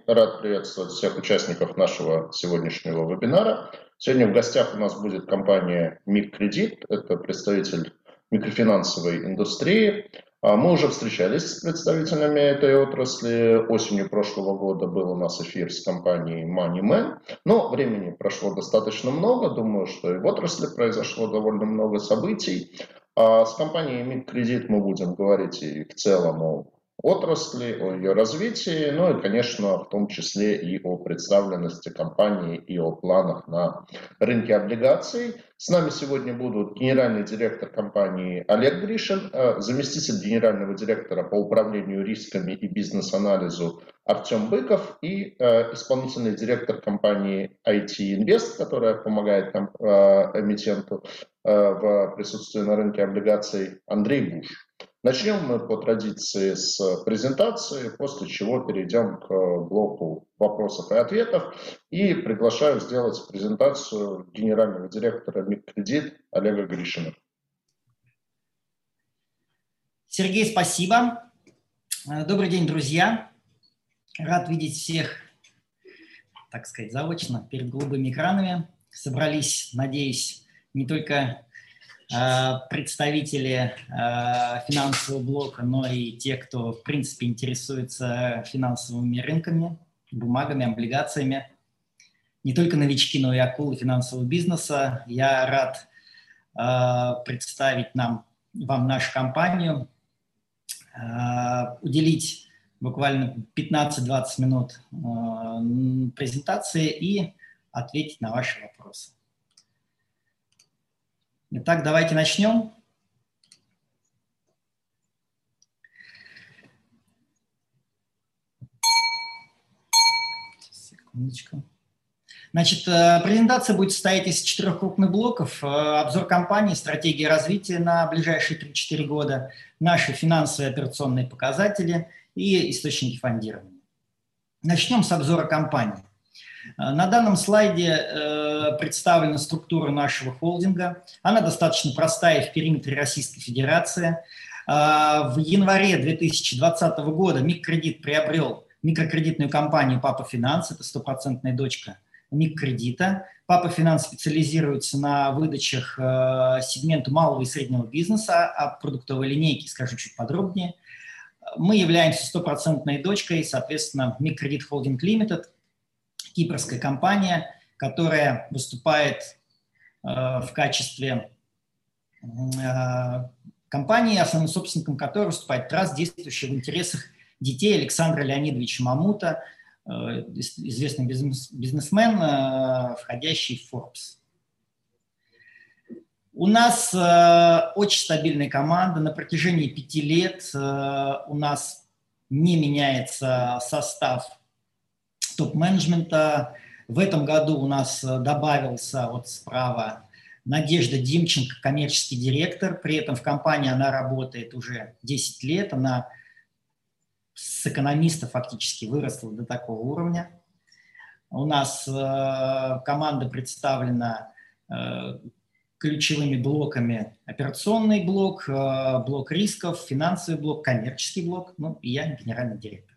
Рад приветствовать всех участников нашего сегодняшнего вебинара. Сегодня в гостях у нас будет компания МИГКредит, это представитель микрофинансовой индустрии. Мы уже встречались с представителями этой отрасли. Осенью прошлого года был у нас эфир с компанией MoneyMan, но времени прошло достаточно много. Думаю, что и в отрасли произошло довольно много событий. С компанией МИГКредит мы будем говорить и в целом о отрасли, о ее развитии, ну и, конечно, в том числе и о представленности компании и о планах на рынке облигаций. С нами сегодня будут генеральный директор компании Олег Гришин, заместитель генерального директора по управлению рисками и бизнес-анализу Артем Быков и исполнительный директор компании IT Invest, которая помогает эмитенту в присутствии на рынке облигаций, Андрей Буш. Начнем мы по традиции с презентации, после чего перейдем к блоку вопросов и ответов. И приглашаю сделать презентацию генерального директора МИГКредит Олега Гришина. Сергей, спасибо. Добрый день, друзья. Рад видеть всех, так сказать, заочно перед голубыми экранами. Собрались, надеюсь, не только представители финансового блока, но и те, кто, в принципе, интересуется финансовыми рынками, бумагами, облигациями. Не только новички, но и акулы финансового бизнеса. Я рад представить вам нашу компанию, уделить буквально 15-20 минут презентации и ответить на ваши вопросы. Итак, давайте начнем. Секундочку. Значит, презентация будет состоять из 4 крупных блоков. Обзор компании, стратегия развития на ближайшие 3-4 года, наши финансовые операционные показатели и источники фондирования. Начнем с обзора компании. На данном слайде представлена структура нашего холдинга. Она достаточно простая в периметре Российской Федерации. В январе 2020 года МИГКредит приобрел микрокредитную компанию «Папа Финанс». Это стопроцентная дочка МИГКредита. «Папа Финанс» специализируется на выдачах сегменту малого и среднего бизнеса. О продуктовой линейке скажу чуть подробнее. Мы являемся стопроцентной дочкой, соответственно, МИГКредит Холдинг Лимитед, кипрская компания, которая выступает в качестве компании, основным собственником которой выступает Траст, действующий в интересах детей Александра Леонидовича Мамута, известный бизнесмен, входящий в Forbes. У нас очень стабильная команда. На протяжении 5 лет у нас не меняется состав топ-менеджмента. В этом году у нас добавился вот справа Надежда Димченко, коммерческий директор. При этом в компании она работает уже 10 лет. Она с экономиста фактически выросла до такого уровня. У нас команда представлена ключевыми блоками: операционный блок, блок рисков, финансовый блок, коммерческий блок, ну и я генеральный директор.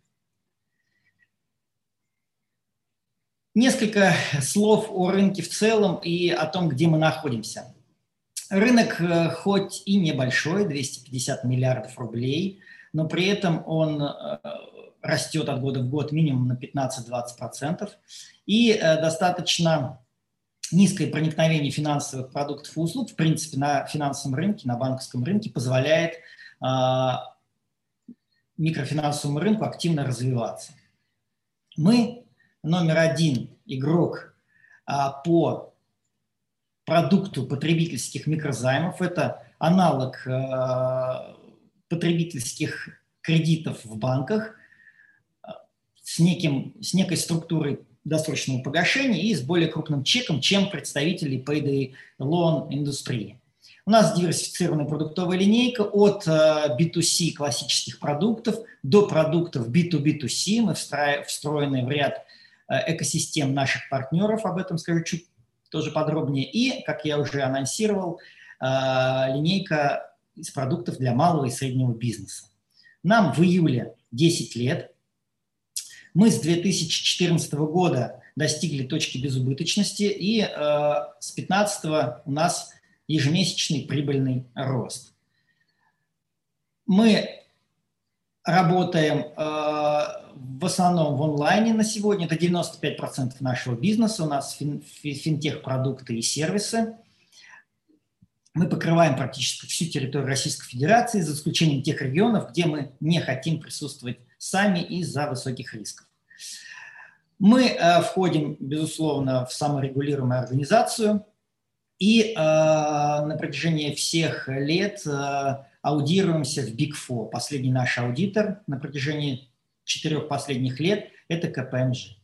Несколько слов о рынке в целом и о том, где мы находимся. Рынок хоть и небольшой, 250 миллиардов рублей, но при этом он растет от года в год минимум на 15-20%. И достаточно низкое проникновение финансовых продуктов и услуг, в принципе, на финансовом рынке, на банковском рынке позволяет микрофинансовому рынку активно развиваться. Мы номер 1 игрок по продукту потребительских микрозаймов. Это аналог потребительских кредитов в банках с некой структурой досрочного погашения и с более крупным чеком, чем представители payday loan индустрии. У нас диверсифицированная продуктовая линейка от B2C классических продуктов до продуктов B2B2C. Мы встроены в ряд экосистем наших партнеров, об этом скажу чуть тоже подробнее. И, как я уже анонсировал, линейка из продуктов для малого и среднего бизнеса. Нам в июле 10 лет. Мы с 2014 года достигли точки безубыточности, и с 2015 у нас ежемесячный прибыльный рост. Мы работаем в основном в онлайне на сегодня. Это 95% нашего бизнеса. У нас финтех-продукты и сервисы. Мы покрываем практически всю территорию Российской Федерации, за исключением тех регионов, где мы не хотим присутствовать сами из-за высоких рисков. Мы входим, безусловно, в саморегулируемую организацию и на протяжении всех лет аудируемся в Big Four. Последний наш аудитор на протяжении 4 последних лет – это КПМГ.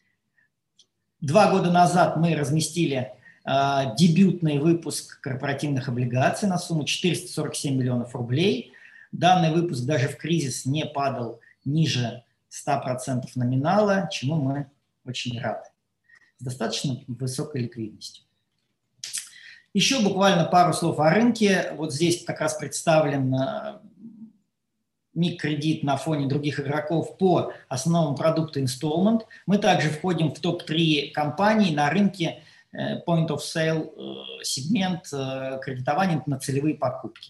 2 года назад мы разместили дебютный выпуск корпоративных облигаций на сумму 447 миллионов рублей. Данный выпуск даже в кризис не падал ниже 100% номинала, чему мы очень рады. С достаточно высокой ликвидностью. Еще буквально пару слов о рынке. Вот здесь как раз представлен микрокредит на фоне других игроков по основному продукту Installment. Мы также входим в топ-3 компаний на рынке Point of Sale сегмент кредитования на целевые покупки.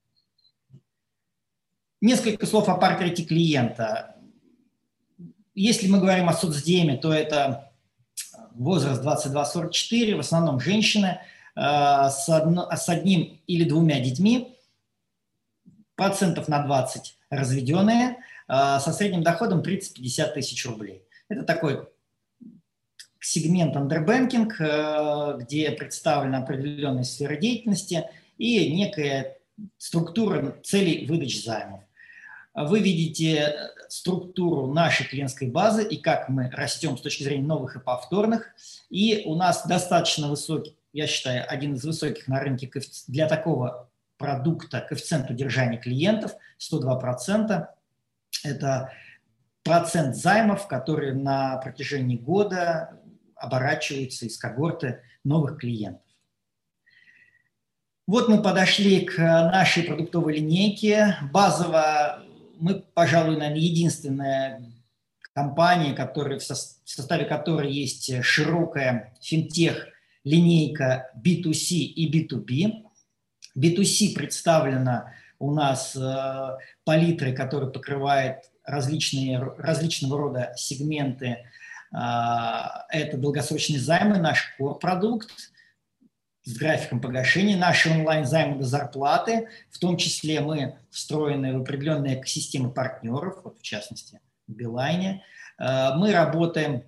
Несколько слов о портрете клиента. Если мы говорим о соцдеме, то это возраст 22-44, в основном женщины с одним или 2 детьми, процентов на 20 разведенные, со средним доходом 30-50 тысяч рублей. Это такой сегмент андербэнкинг, где представлена определенная сфера деятельности и некая структура целей выдачи займов. Вы видите структуру нашей клиентской базы и как мы растем с точки зрения новых и повторных. И у нас достаточно высокий, я считаю, один из высоких на рынке для такого продукта коэффициент удержания клиентов 102%. Это процент займов, которые на протяжении года оборачиваются из когорты новых клиентов. Вот мы подошли к нашей продуктовой линейке. Базово мы, пожалуй, наверное, единственная компания, в составе которой есть широкая финтех-линейка B2C и B2B. B2C представлена у нас палитрой, которая покрывает различного рода сегменты. Это долгосрочные займы, наш core-продукт с графиком погашения, наши онлайн-займы до зарплаты, в том числе мы встроены в определенные экосистемы партнеров, вот в частности в Билайне. Мы работаем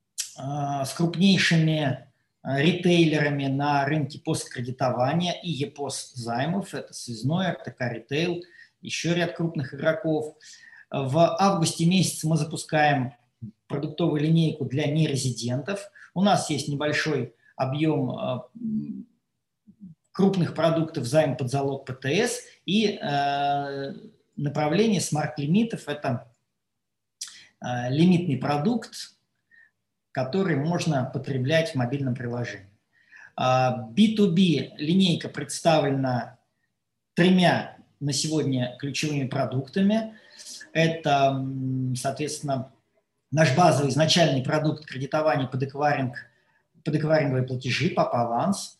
с крупнейшими ритейлерами на рынке посткредитования и ЕПОС займов, это связной, РТК Ритейл, еще ряд крупных игроков. В августе месяце мы запускаем продуктовую линейку для нерезидентов. У нас есть небольшой объем крупных продуктов займ под залог ПТС и направление смарт-лимитов – это лимитный продукт, который можно потреблять в мобильном приложении. B2B линейка представлена 3 на сегодня ключевыми продуктами. Это, соответственно, наш базовый изначальный продукт кредитования под эквайринговые платежи, папа-аванс.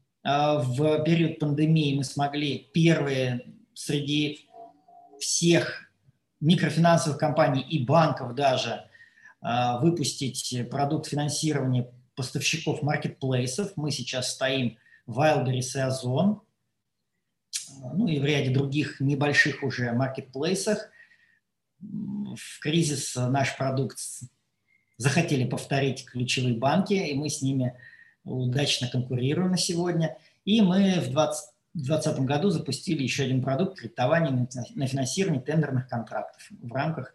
В период пандемии мы смогли первые среди всех микрофинансовых компаний и банков даже выпустить продукт финансирования поставщиков маркетплейсов. Мы сейчас стоим в Wildberries и Озон, ну и в ряде других небольших уже маркетплейсах. В кризис наш продукт захотели повторить ключевые банки, и мы с ними удачно конкурируем на сегодня. И мы в 2020 году запустили еще один продукт кредитования на финансирование тендерных контрактов в рамках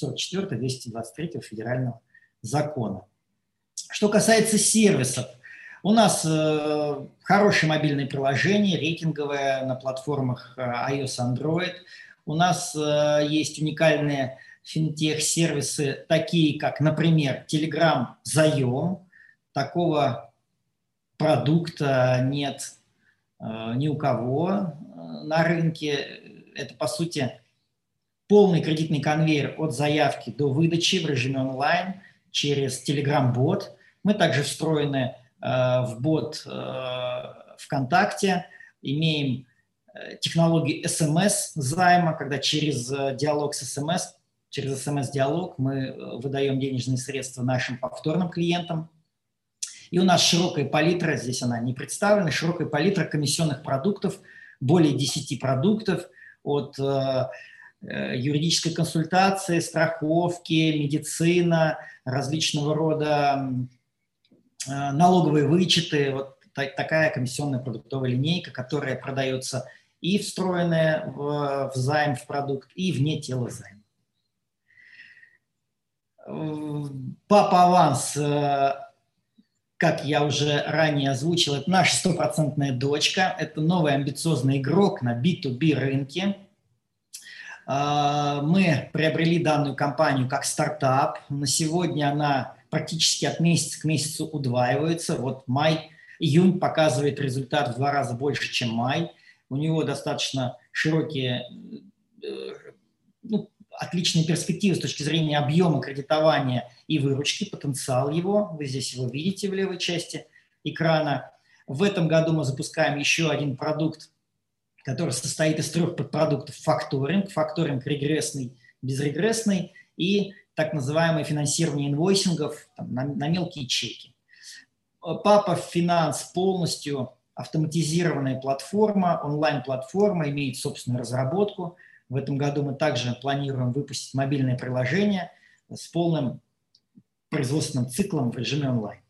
44-223 федерального закона. Что касается сервисов, у нас хорошее мобильное приложение, рейтинговое на платформах iOS, Android. У нас есть уникальные финтех-сервисы, такие как, например, Telegram Заем. Такого продукта нет ни у кого на рынке. Это, по сути, полный кредитный конвейер от заявки до выдачи в режиме онлайн через Telegram-бот. Мы также встроены в бот ВКонтакте, имеем технологию СМС-займа, когда через диалог с СМС, через СМС-диалог мы выдаем денежные средства нашим повторным клиентам. И у нас широкая палитра, здесь она не представлена, широкая палитра комиссионных продуктов, более 10 продуктов, от юридической консультации, страховки, медицина, различного рода налоговые вычеты. Вот такая комиссионная продуктовая линейка, которая продается и встроенная в займ, в продукт, и вне тела займа. Папа Аванс, как я уже ранее озвучил, это наша стопроцентная дочка, это новый амбициозный игрок на B2B рынке. Мы приобрели данную компанию как стартап. На сегодня она практически от месяца к месяцу удваивается. Вот июнь показывает результат в 2 раза больше, чем май. У него достаточно широкие, отличные перспективы с точки зрения объема кредитования и выручки, потенциал его. Вы здесь его видите в левой части экрана. В этом году мы запускаем еще один продукт, который состоит из 3 подпродуктов: факторинг, регрессный, безрегрессный и так называемое финансирование инвойсингов на мелкие чеки. Папа Финанс полностью автоматизированная платформа, онлайн-платформа, имеет собственную разработку. В этом году мы также планируем выпустить мобильное приложение с полным производственным циклом в режиме онлайн.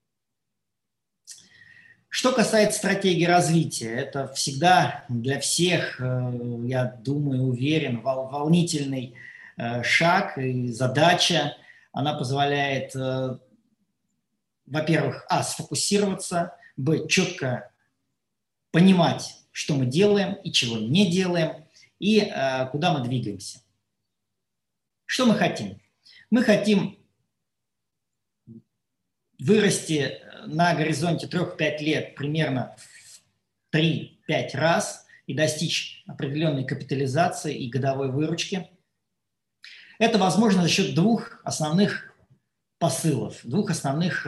Что касается стратегии развития, это всегда для всех, я думаю, уверен, волнительный шаг и задача. Она позволяет, во-первых, сфокусироваться, четко понимать, что мы делаем и чего не делаем, и куда мы двигаемся. Что мы хотим? Мы хотим вырасти на горизонте 3-5 лет примерно в 3-5 раз и достичь определенной капитализации и годовой выручки. Это возможно за счет 2 основных посылов, 2 основных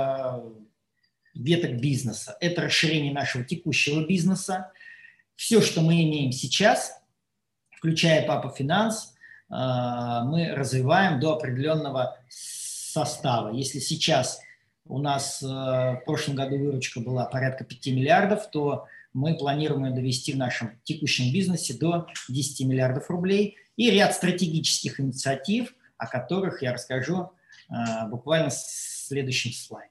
веток бизнеса. Это расширение нашего текущего бизнеса. Все, что мы имеем сейчас, включая Папа Финанс, мы развиваем до определенного состава. Если сейчас у нас в прошлом году выручка была порядка 5 миллиардов, то мы планируем ее довести в нашем текущем бизнесе до 10 миллиардов рублей. И ряд стратегических инициатив, о которых я расскажу буквально в следующем слайде.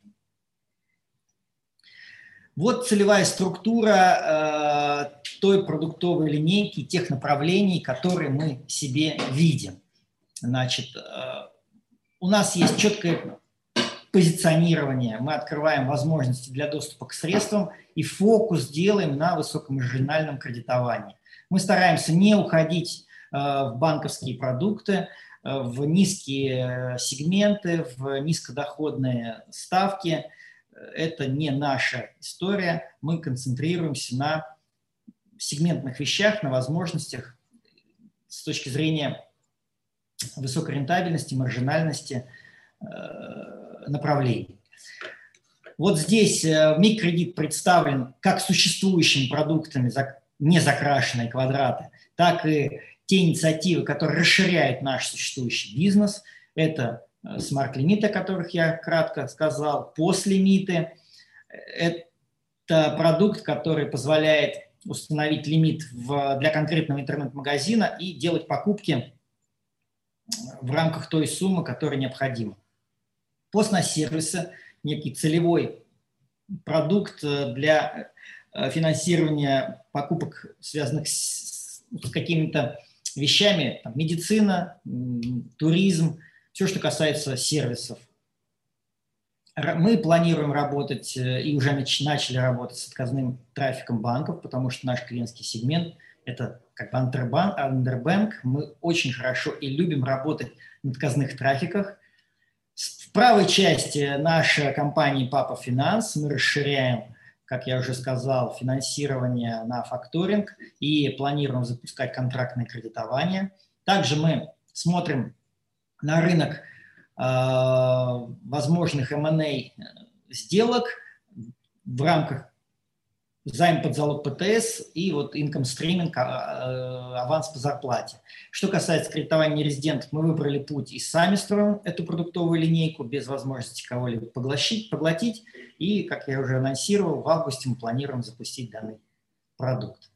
Вот целевая структура той продуктовой линейки, тех направлений, которые мы себе видим. Значит, у нас есть четкое позиционирование, мы открываем возможности для доступа к средствам и фокус делаем на высокомаржинальном кредитовании. Мы стараемся не уходить в банковские продукты, в низкие сегменты, в низкодоходные ставки. Это не наша история. Мы концентрируемся на сегментных вещах, на возможностях с точки зрения высокой рентабельности, маржинальности направлений. Вот здесь микрокредит представлен как существующими продуктами, не закрашенные квадраты, так и те инициативы, которые расширяют наш существующий бизнес. Это смарт-лимиты, о которых я кратко сказал, пост-лимиты. Это продукт, который позволяет установить лимит для конкретного интернет-магазина и делать покупки в рамках той суммы, которая необходима. Постно-сервисы, некий целевой продукт для финансирования покупок, связанных с какими-то вещами, там, медицина, туризм, все, что касается сервисов. Мы планируем работать и уже начали работать с отказным трафиком банков, потому что наш клиентский сегмент – это как бы андербанк. Мы очень хорошо и любим работать на отказных трафиках. В правой части нашей компании Папа Финанс мы расширяем, как я уже сказал, финансирование на факторинг и планируем запускать контрактное кредитование. Также мы смотрим на рынок возможных M&A сделок в рамках займ под залог ПТС и вот income streaming, аванс по зарплате. Что касается кредитования нерезидентов, мы выбрали путь и сами строим эту продуктовую линейку без возможности кого-либо поглотить. И, как я уже анонсировал, в августе мы планируем запустить данный продукт.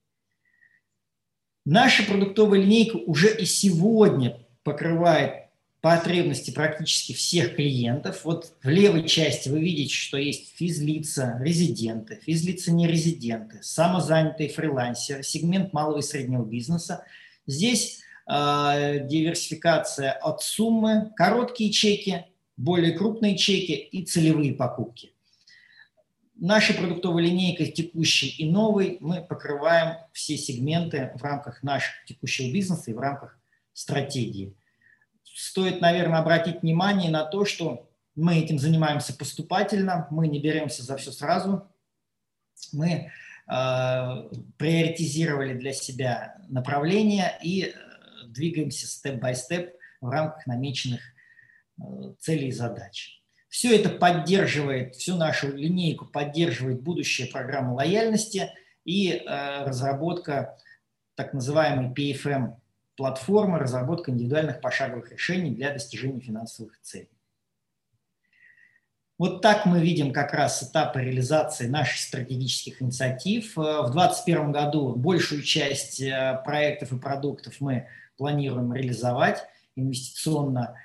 Наша продуктовая линейка уже и сегодня покрывает потребности практически всех клиентов. Вот в левой части вы видите, что есть физлица, резиденты, физлица нерезиденты, самозанятые фрилансеры, сегмент малого и среднего бизнеса. Здесь диверсификация от суммы, короткие чеки, более крупные чеки и целевые покупки. Нашей продуктовой линейкой текущей и новой мы покрываем все сегменты в рамках нашего текущего бизнеса и в рамках стратегии. Стоит, наверное, обратить внимание на то, что мы этим занимаемся поступательно, мы не беремся за все сразу, мы приоритизировали для себя направления и двигаемся степ-бай-степ в рамках намеченных целей и задач. Все это поддерживает, всю нашу линейку поддерживает будущая программа лояльности и разработка так называемой PFM платформы, разработка индивидуальных пошаговых решений для достижения финансовых целей. Вот так мы видим как раз этапы реализации наших стратегических инициатив. В 2021 году большую часть проектов и продуктов мы планируем реализовать, инвестиционно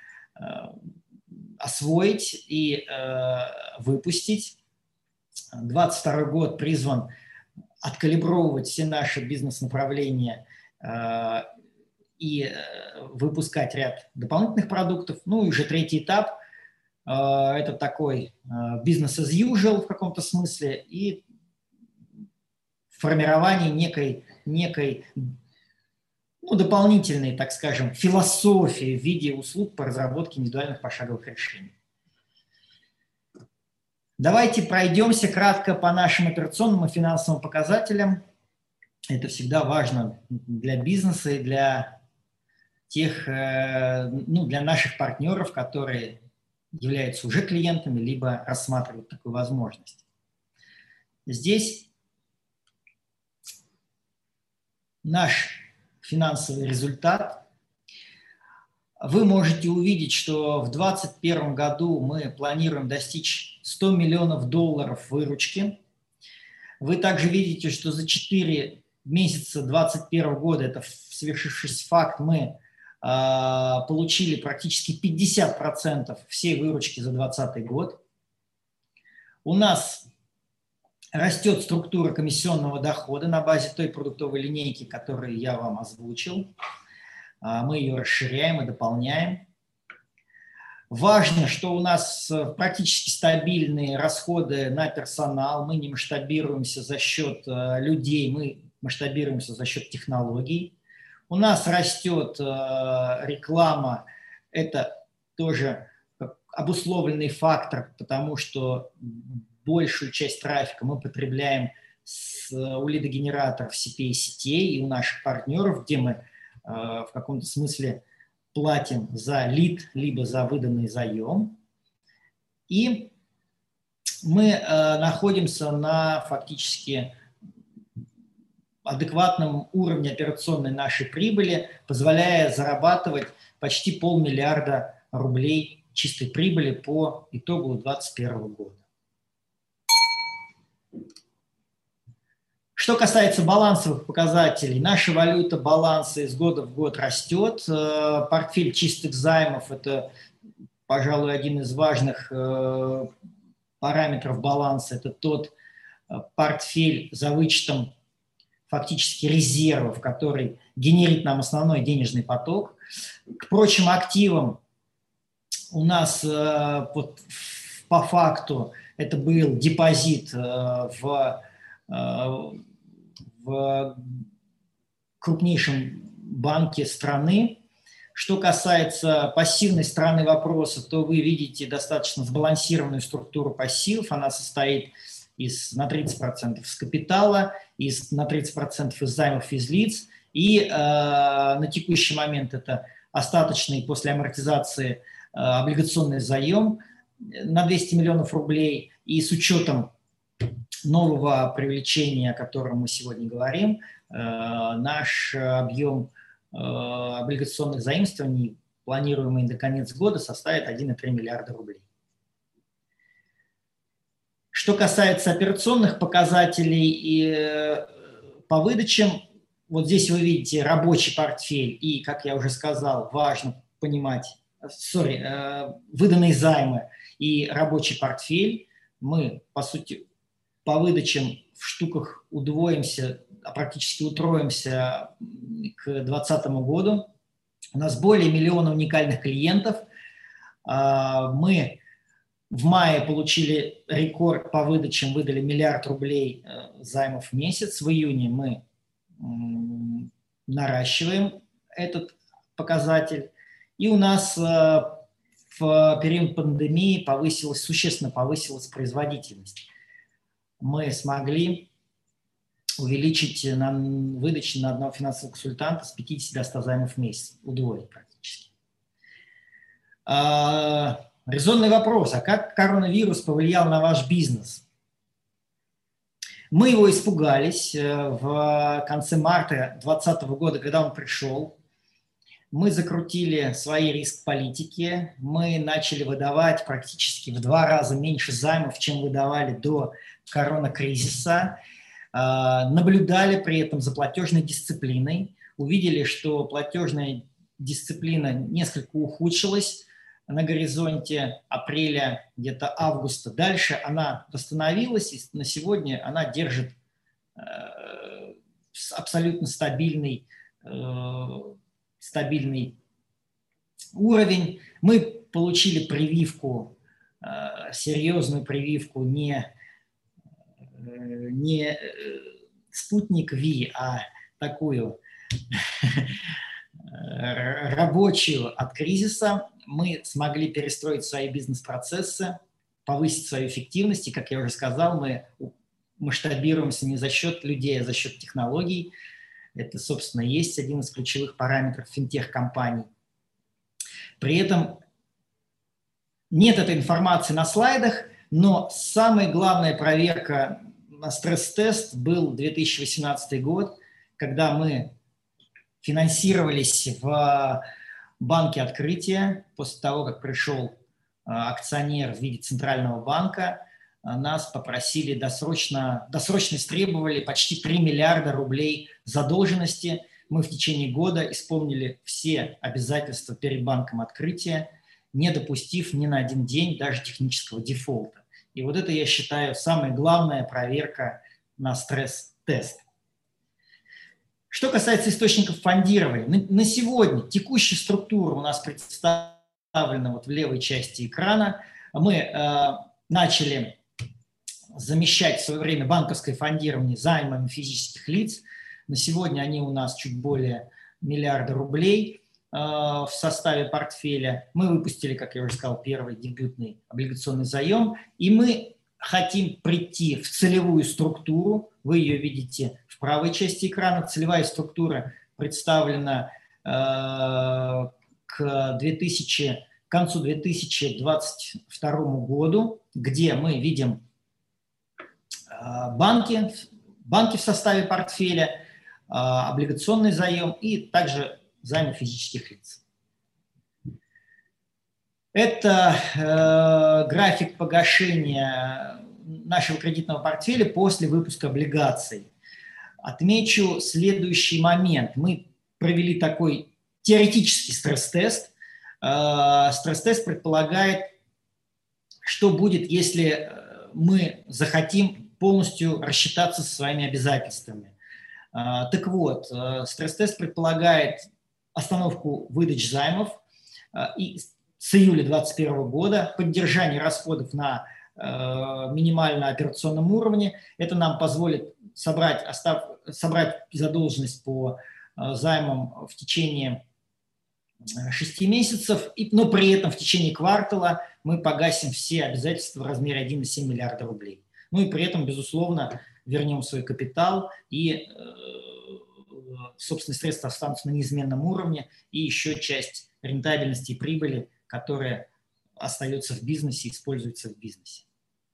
освоить и выпустить. 2022 год призван откалибровывать все наши бизнес-направления и выпускать ряд дополнительных продуктов. Ну и уже третий этап – это такой business as usual в каком-то смысле и формирование некой дополнительной, так скажем, философии в виде услуг по разработке индивидуальных пошаговых решений. Давайте пройдемся кратко по нашим операционным и финансовым показателям. Это всегда важно для бизнеса и для тех, для наших партнеров, которые являются уже клиентами, либо рассматривают такую возможность. Здесь наш финансовый результат. Вы можете увидеть, что в 2021 году мы планируем достичь $100 миллионов выручки. Вы также видите, что за 4 месяца 2021 года, это свершившийся факт, мы получили практически 50% всей выручки за 2020 год. У нас растет структура комиссионного дохода на базе той продуктовой линейки, которую я вам озвучил. Мы ее расширяем и дополняем. Важно, что у нас практически стабильные расходы на персонал. Мы не масштабируемся за счет людей, мы масштабируемся за счет технологий. У нас растет реклама, это тоже обусловленный фактор, потому что большую часть трафика мы потребляем у лидогенераторов CPA-сетей и у наших партнеров, где мы в каком-то смысле платим за лид, либо за выданный заем. И мы находимся на фактически адекватном уровне операционной нашей прибыли, позволяя зарабатывать почти $500 миллиарда рублей чистой прибыли по итогу 2021 года. Что касается балансовых показателей, наша валюта баланса из года в год растет. Портфель чистых займов – это, пожалуй, один из важных параметров баланса. Это тот портфель за вычетом фактически резервов, который генерит нам основной денежный поток. К прочим активам у нас по факту это был депозит в крупнейшем банке страны. Что касается пассивной стороны вопроса, то вы видите достаточно сбалансированную структуру пассивов. Она состоит на 30% из капитала, на 30% из займов физлиц И на текущий момент это остаточный после амортизации облигационный заем на 200 миллионов рублей. И с учетом нового привлечения, о котором мы сегодня говорим, наш объем облигационных заимствований, планируемый до конца года, составит 1,3 миллиарда рублей. Что касается операционных показателей и по выдачам, вот здесь вы видите рабочий портфель и, как я уже сказал, важно понимать, выданные займы и рабочий портфель. Мы, по сути, по выдачам в штуках удвоимся, практически утроимся к 2020 году. У нас более миллиона уникальных клиентов. Мы в мае получили рекорд по выдачам, выдали миллиард рублей займов в месяц. В июне мы наращиваем этот показатель. И у нас в период пандемии существенно повысилась производительность. Мы смогли увеличить выдачи на одного финансового консультанта с 50 до 100 займов в месяц, удвоить практически. Резонный вопрос, а как коронавирус повлиял на ваш бизнес? Мы его испугались в конце марта 2020 года, когда он пришел. Мы закрутили свои риск-политики, мы начали выдавать практически в 2 раза меньше займов, чем выдавали до коронакризиса. Наблюдали при этом за платежной дисциплиной, увидели, что платежная дисциплина несколько ухудшилась на горизонте апреля, где-то августа. Дальше она восстановилась, и на сегодня она держит абсолютно стабильный уровень. Мы получили прививку, серьезную прививку, не спутник Ви, а такую рабочую от кризиса. Мы смогли перестроить свои бизнес-процессы, повысить свою эффективность. И, как я уже сказал, мы масштабируемся не за счет людей, а за счет технологий. Это, собственно, есть один из ключевых параметров финтех-компаний. При этом нет этой информации на слайдах, но самая главная проверка на стресс-тест был 2018 год, когда мы финансировались в банке Открытия. После того, как пришел акционер в виде Центрального банка, нас попросили досрочно истребовали почти 3 миллиарда рублей задолженности. Мы в течение года исполнили все обязательства перед банком Открытия, не допустив ни на один день даже технического дефолта. И вот это, я считаю, самая главная проверка на стресс-тест. Что касается источников фондирования, на сегодня текущая структура у нас представлена вот в левой части экрана. Мы начали замещать в свое время банковское фондирование займами физических лиц. На сегодня они у нас чуть более миллиарда рублей в составе портфеля. Мы выпустили, как я уже сказал, первый дебютный облигационный заем, и мы хотим прийти в целевую структуру. Вы ее видите в правой части экрана. Целевая структура представлена к концу 2022 году, где мы видим банки в составе портфеля, облигационный заем и также займы физических лиц. Это график погашения нашего кредитного портфеля после выпуска облигаций. Отмечу следующий момент. Мы провели такой теоретический стресс-тест. Стресс-тест предполагает, что будет, если мы захотим полностью рассчитаться со своими обязательствами. Так вот, стресс-тест предполагает остановку выдач займов и с июля 2021 года, поддержание расходов на минимально операционном уровне. Это нам позволит собрать задолженность по займам в течение 6 месяцев, но при этом в течение квартала мы погасим все обязательства в размере 1,7 миллиарда рублей. Ну и при этом, безусловно, вернем свой капитал и собственные средства останутся на неизменном уровне, и еще часть рентабельности и прибыли, которая остается в бизнесе, используется в бизнесе.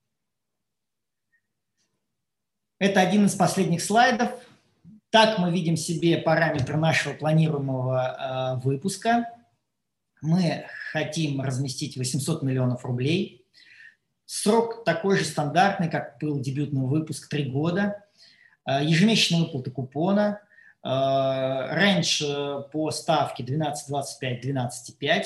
Это один из последних слайдов. Так мы видим себе параметры нашего планируемого выпуска. Мы хотим разместить 800 миллионов рублей. Срок такой же стандартный, как был дебютный выпуск, 3 года. Ежемесячные выплаты купона. Рейндж по ставке 12,25, 12,5.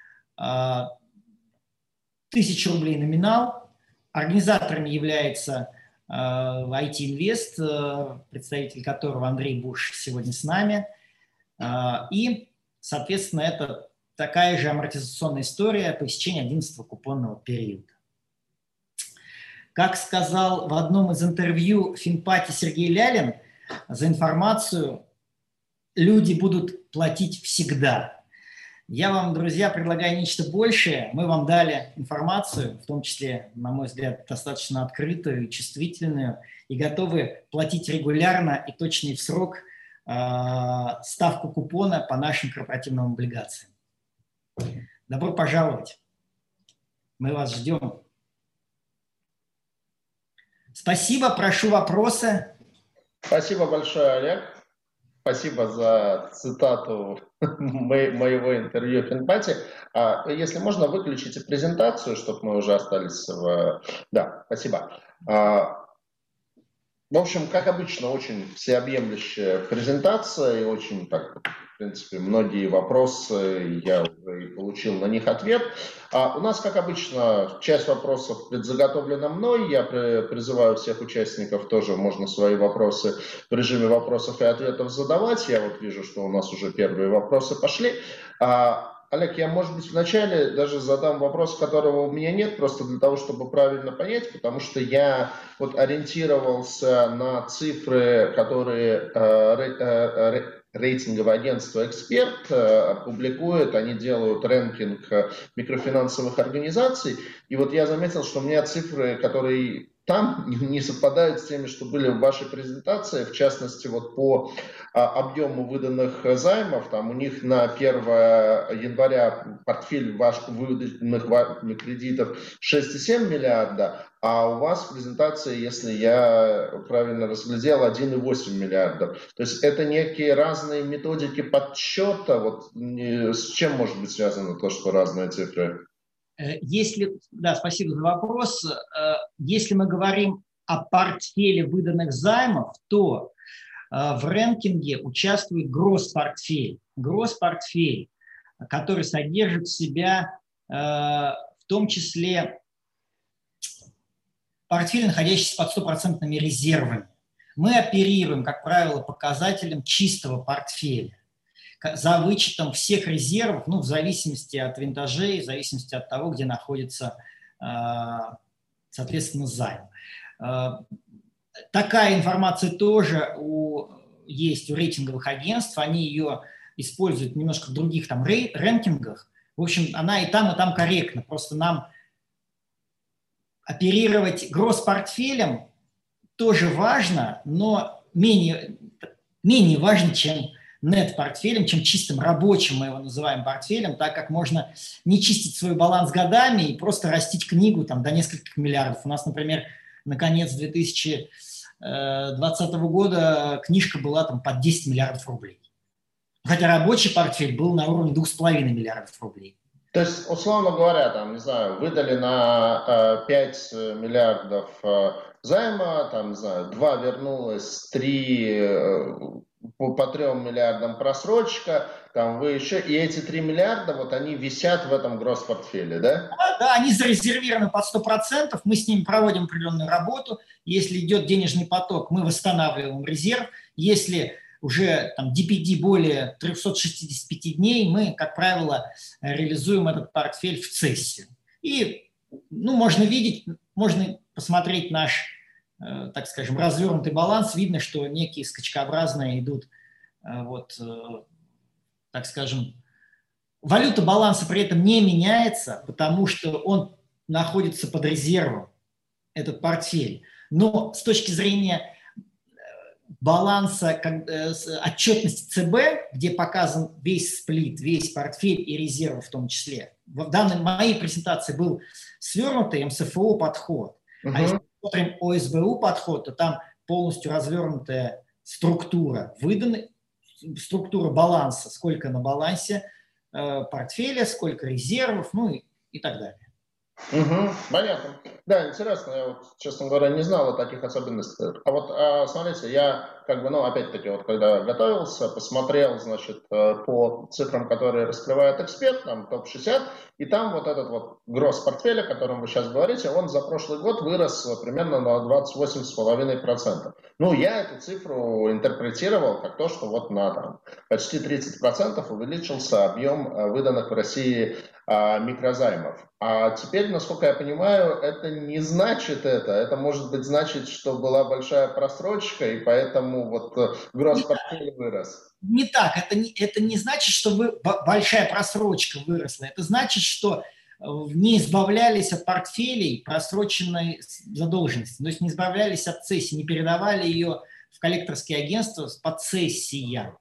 1000 рублей номинал. Организаторами является IT Invest, представитель которого Андрей Буш сегодня с нами. И, соответственно, это такая же амортизационная история по истечении 11-го купонного периода. Как сказал в одном из интервью Финпати Сергей Лялин, за информацию люди будут платить всегда. Я вам, друзья, предлагаю нечто большее. Мы вам дали информацию, в том числе, на мой взгляд, достаточно открытую и чувствительную, и готовы платить регулярно и точно и в срок ставку купона по нашим корпоративным облигациям. Добро пожаловать. Мы вас ждем. Спасибо, прошу вопросы. Спасибо большое, Олег. Спасибо за цитату моего интервью в Финпати. Если можно, выключите презентацию, чтобы мы уже остались в... Да, спасибо. В общем, как обычно, очень всеобъемлющая презентация и очень, так, в принципе, многие вопросы я уже и получил на них ответ. У нас, как обычно, часть вопросов предзаготовлена мной. Я призываю всех участников тоже, можно свои вопросы в режиме вопросов и ответов задавать. Я вот вижу, что у нас уже первые вопросы пошли. Олег, я, может быть, вначале даже задам вопрос, которого у меня нет, просто для того, чтобы правильно понять, потому что я вот ориентировался на цифры, которые рейтинговое агентство «Эксперт» публикует, они делают рэнкинг микрофинансовых организаций, и вот я заметил, что у меня цифры, которые там не совпадают с теми, что были в вашей презентации, в частности, вот по объему выданных займов, там у них на 1 января портфель ваших выданных вами кредитов 6,7 миллиарда, а у вас в презентации, если я правильно разглядел, 1,8 миллиардов. То есть это некие разные методики подсчета, вот с чем может быть связано то, что разные цифры? Да, спасибо за вопрос. Если мы говорим о портфеле выданных займов, то в рэнкинге участвует гросс-портфель. Гросс-портфель, который содержит в себя в том числе портфель, находящийся под 100% резервами. Мы оперируем, как правило, показателем чистого портфеля за вычетом всех резервов, ну, в зависимости от винтажей, в зависимости от того, где находится, соответственно, займ. Такая информация тоже есть у рейтинговых агентств, они ее используют немножко в других там рэнкингах. В общем, она и там корректна, просто нам оперировать гросс-портфелем тоже важно, но менее важно, чем нет-портфелем, чем чистым рабочим, мы его называем, портфелем, так как можно не чистить свой баланс годами и просто растить книгу там, до нескольких миллиардов. У нас, например, на конец 2020 года книжка была там под 10 миллиардов рублей. Хотя рабочий портфель был на уровне 2,5 миллиардов рублей. То есть, условно говоря, там, не знаю, выдали на 5 миллиардов займа, там, не знаю, 2 вернулось, 3 по 3 миллиардам просрочка, там вы еще, и эти 3 миллиарда, вот они висят в этом гросс-портфеле, да? Да, они зарезервированы под 100%, мы с ними проводим определенную работу, если идет денежный поток, мы восстанавливаем резерв, если уже там DPD более 365 дней, мы, как правило, реализуем этот портфель в цессию. И, ну, можно видеть, можно посмотреть наш, так скажем, развернутый баланс, видно, что некие скачкообразные идут, вот, так скажем, валюта баланса при этом не меняется, потому что он находится под резервом, этот портфель. Но с точки зрения баланса отчетности ЦБ, где показан весь сплит, весь портфель и резервы в том числе. В данной моей презентации был свернутый МСФО подход. А если смотрим ОСБУ подход, то там полностью развернутая структура структура баланса, сколько на балансе портфеля, сколько резервов, ну и так далее. Понятно. Да, интересно, я вот, честно говоря, не знал о таких особенностях. А вот, смотрите, я опять-таки, вот когда готовился, посмотрел, значит, по цифрам, которые раскрывает эксперт, там топ-60, и там вот этот вот гросс портфеля, о котором вы сейчас говорите, он за прошлый год вырос примерно на 28,5%. Ну, я эту цифру интерпретировал как то, что вот на там, почти 30% увеличился объем выданных в России микрозаймов. А теперь, насколько я понимаю, это не значит это. Это может быть значит, что была большая просрочка, и поэтому вот гросс портфеля вырос. Не так. Это не значит, что большая просрочка выросла. Это значит, что не избавлялись от портфелей просроченной задолженности. То есть не избавлялись от цессии, не передавали ее в коллекторские агентства по цессиям.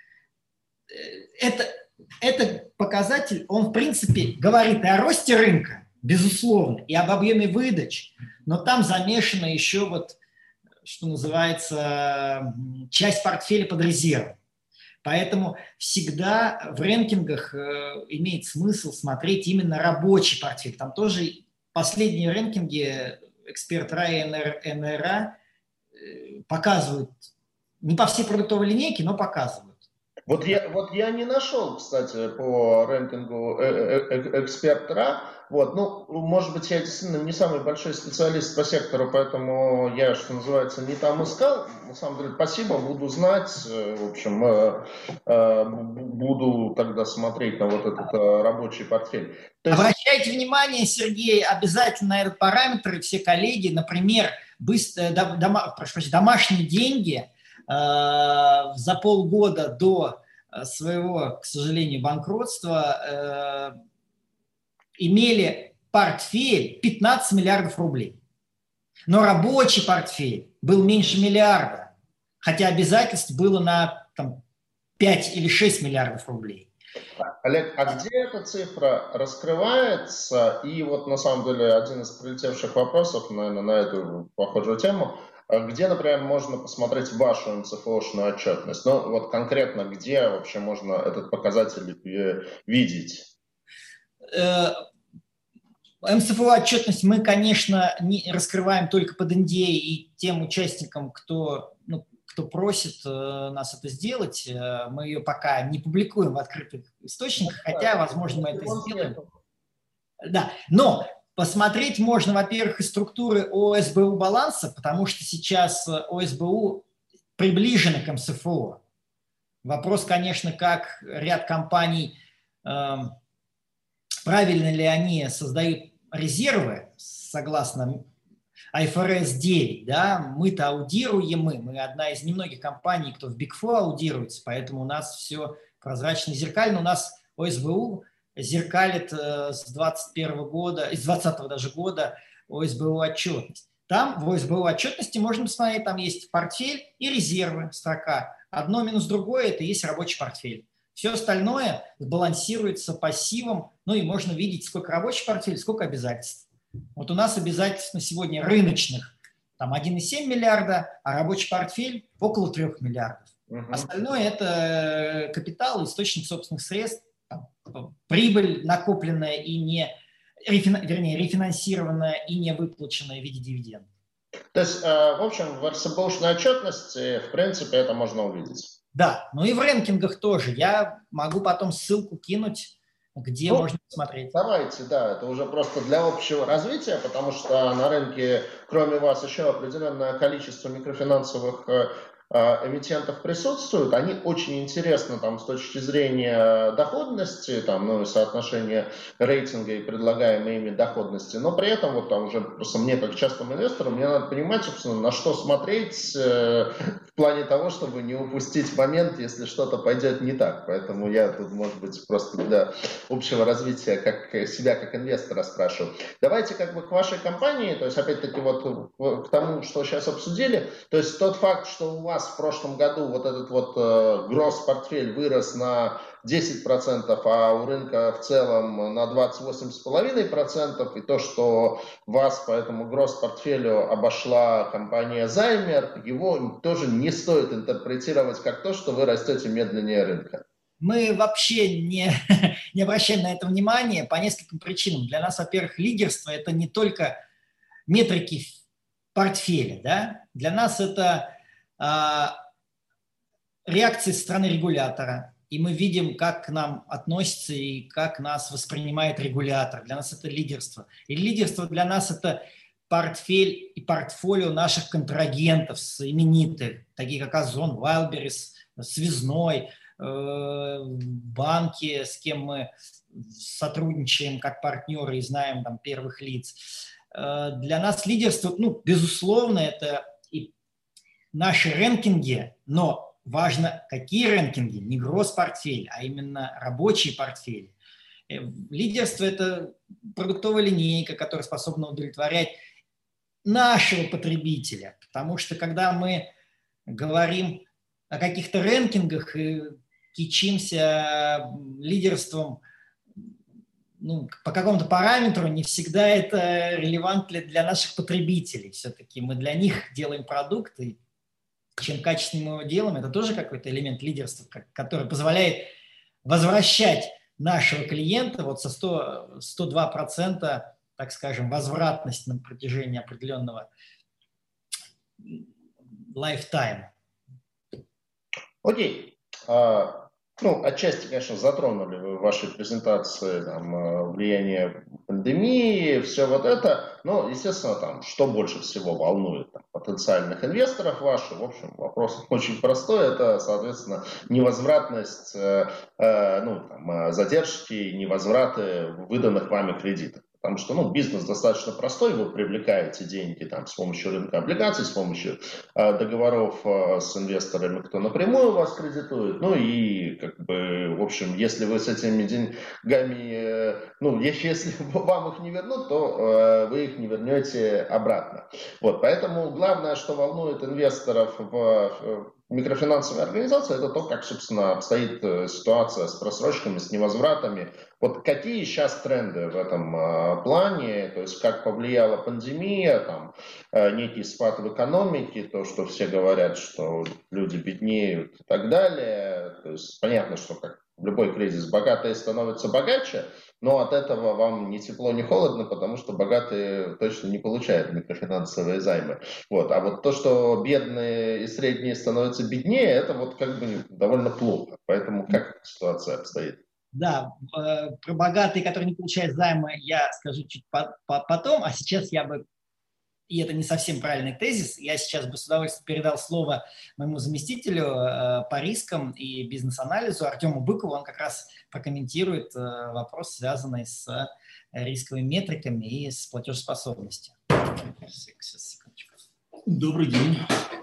Это показатель, он в принципе говорит о росте рынка, безусловно, и об объеме выдач, но там замешана еще вот, что называется, часть портфеля под резервом. Поэтому всегда в рэнкингах имеет смысл смотреть именно рабочий портфель. Там тоже последние рэнкинги эксперт РА и НРА показывают, не по всей продуктовой линейке, но показывают. Вот я не нашел, кстати, по рэнкингу эксперт РА. Вот, ну, может быть, я действительно не самый большой специалист по сектору, поэтому я, что называется, не там искал. На самом деле, спасибо, буду знать. В общем, буду тогда смотреть на вот этот рабочий портфель. Обращайте внимание, Сергей, обязательно на этот параметр, и все коллеги, например, домашние деньги за полгода до своего, к сожалению, банкротства имели портфель 15 миллиардов рублей. Но рабочий портфель был меньше миллиарда, хотя обязательств было на 5 или 6 миллиардов рублей. Олег, а где эта цифра раскрывается? И вот на самом деле один из прилетевших вопросов, наверное, на эту похожую тему, где, например, можно посмотреть вашу МЦФОшную отчетность? Ну, вот конкретно, где вообще можно этот показатель видеть? МЦФО отчетность мы, конечно, не раскрываем только под NDA и тем участникам, кто просит нас это сделать. Мы ее пока не публикуем в открытых источниках, хотя, возможно, мы это сделаем. Да, но посмотреть можно, во-первых, из структуры ОСБУ баланса, потому что сейчас ОСБУ приближены к МЦФО. Вопрос, конечно, как ряд компаний, правильно ли они создают резервы, согласно IFRS 9, да, мы-то аудируем, мы одна из немногих компаний, кто в Big Four аудируется, поэтому у нас все прозрачно и зеркально. У нас ОСБУ зеркалит с 2021 года, из 2020 даже года ОСБУ отчетность. Там в ОСБУ отчетности можно посмотреть, там есть портфель и резервы, строка. Одно минус другое – это есть рабочий портфель. Все остальное балансируется пассивом, ну и можно видеть, сколько рабочий портфель, сколько обязательств. Вот у нас обязательств на сегодня рыночных там 1,7 миллиарда, а рабочий портфель около 3 миллиардов. Остальное – это капитал, источник собственных средств, там, прибыль накопленная и не, рефинансированная и не выплаченная в виде дивидендов. То есть, в общем, в РСБУшной отчетности, в принципе, это можно увидеть. Да, ну и в рэнкингах тоже. Я могу потом ссылку кинуть, где можно посмотреть. Давайте, да, это уже просто для общего развития, потому что на рынке, кроме вас, еще определенное количество микрофинансовых эмитентов присутствуют. Они очень интересны там, с точки зрения доходности, там, ну, и соотношения рейтинга и предлагаемой ими доходности, но при этом вот там уже просто мне, как частному инвестору, мне надо понимать, собственно, на что смотреть в плане того, чтобы не упустить момент, если что-то пойдет не так. Поэтому я тут, может быть, просто для общего развития себя как инвестора спрашиваю. Давайте как бы к вашей компании, то есть опять-таки вот к тому, что сейчас обсудили, то есть тот факт, что у вас вас в прошлом году вот этот вот гросс-портфель вырос на 10%, а у рынка в целом на 28,5%, и то, что вас по этому гросс-портфелю обошла компания Займер, его тоже не стоит интерпретировать как то, что вы растете медленнее рынка. Мы вообще не обращаем на это внимания по нескольким причинам. Для нас, во-первых, лидерство – это не только метрики портфеля, да? Для нас это реакции со стороны регулятора, и мы видим, как к нам относится и как нас воспринимает регулятор. Для нас это лидерство. И лидерство для нас это портфель и портфолио наших контрагентов именитых, такие как Озон, Wildberries, Связной, банки, с кем мы сотрудничаем как партнеры и знаем там первых лиц. Для нас лидерство, ну, безусловно, это и наши рэнкинги, но важно, какие рэнкинги, не гросс-портфель, а именно рабочие портфели. Лидерство – это продуктовая линейка, которая способна удовлетворять нашего потребителя, потому что когда мы говорим о каких-то рэнкингах и кичимся лидерством, ну, по какому-то параметру, не всегда это релевантно для наших потребителей. Все-таки мы для них делаем продукт, и чем качественнее мы его делаем, это тоже какой-то элемент лидерства, который позволяет возвращать нашего клиента вот со 102%, так скажем, возвратность на протяжении определенного lifetime. Окей. Ну, отчасти, конечно, затронули вы в вашей презентации там, влияние пандемии, все вот это, но, естественно, там, что больше всего волнует там, потенциальных инвесторов ваших, в общем, вопрос очень простой, это, соответственно, невозвратность, задержки, невозвраты выданных вами кредитов. Потому что, ну, бизнес достаточно простой, вы привлекаете деньги там, с помощью рынка облигаций, с помощью договоров с инвесторами, кто напрямую вас кредитует. Ну и, как бы, в общем, если вы с этими деньгами, если вам их не вернут, то вы их не вернете обратно. Вот, поэтому главное, что волнует инвесторов в микрофинансовой организации, это то, как, собственно, обстоит ситуация с просрочками, с невозвратами. Вот какие сейчас тренды в этом плане, то есть как повлияла пандемия, там, некий спад в экономике, то, что все говорят, что люди беднеют и так далее. То есть понятно, что как в любой кризис богатые становятся богаче, но от этого вам ни тепло, ни холодно, потому что богатые точно не получают микрофинансовые займы. Вот. А вот то, что бедные и средние становятся беднее, это вот как бы довольно плохо. Поэтому как ситуация обстоит? Да, про богатые, которые не получают займы, я скажу чуть потом, а сейчас я бы, и это не совсем правильный тезис, я сейчас бы с удовольствием передал слово моему заместителю по рискам и бизнес-анализу Артему Быкову, он как раз прокомментирует вопрос, связанный с рисковыми метриками и с платежеспособностью. Добрый день.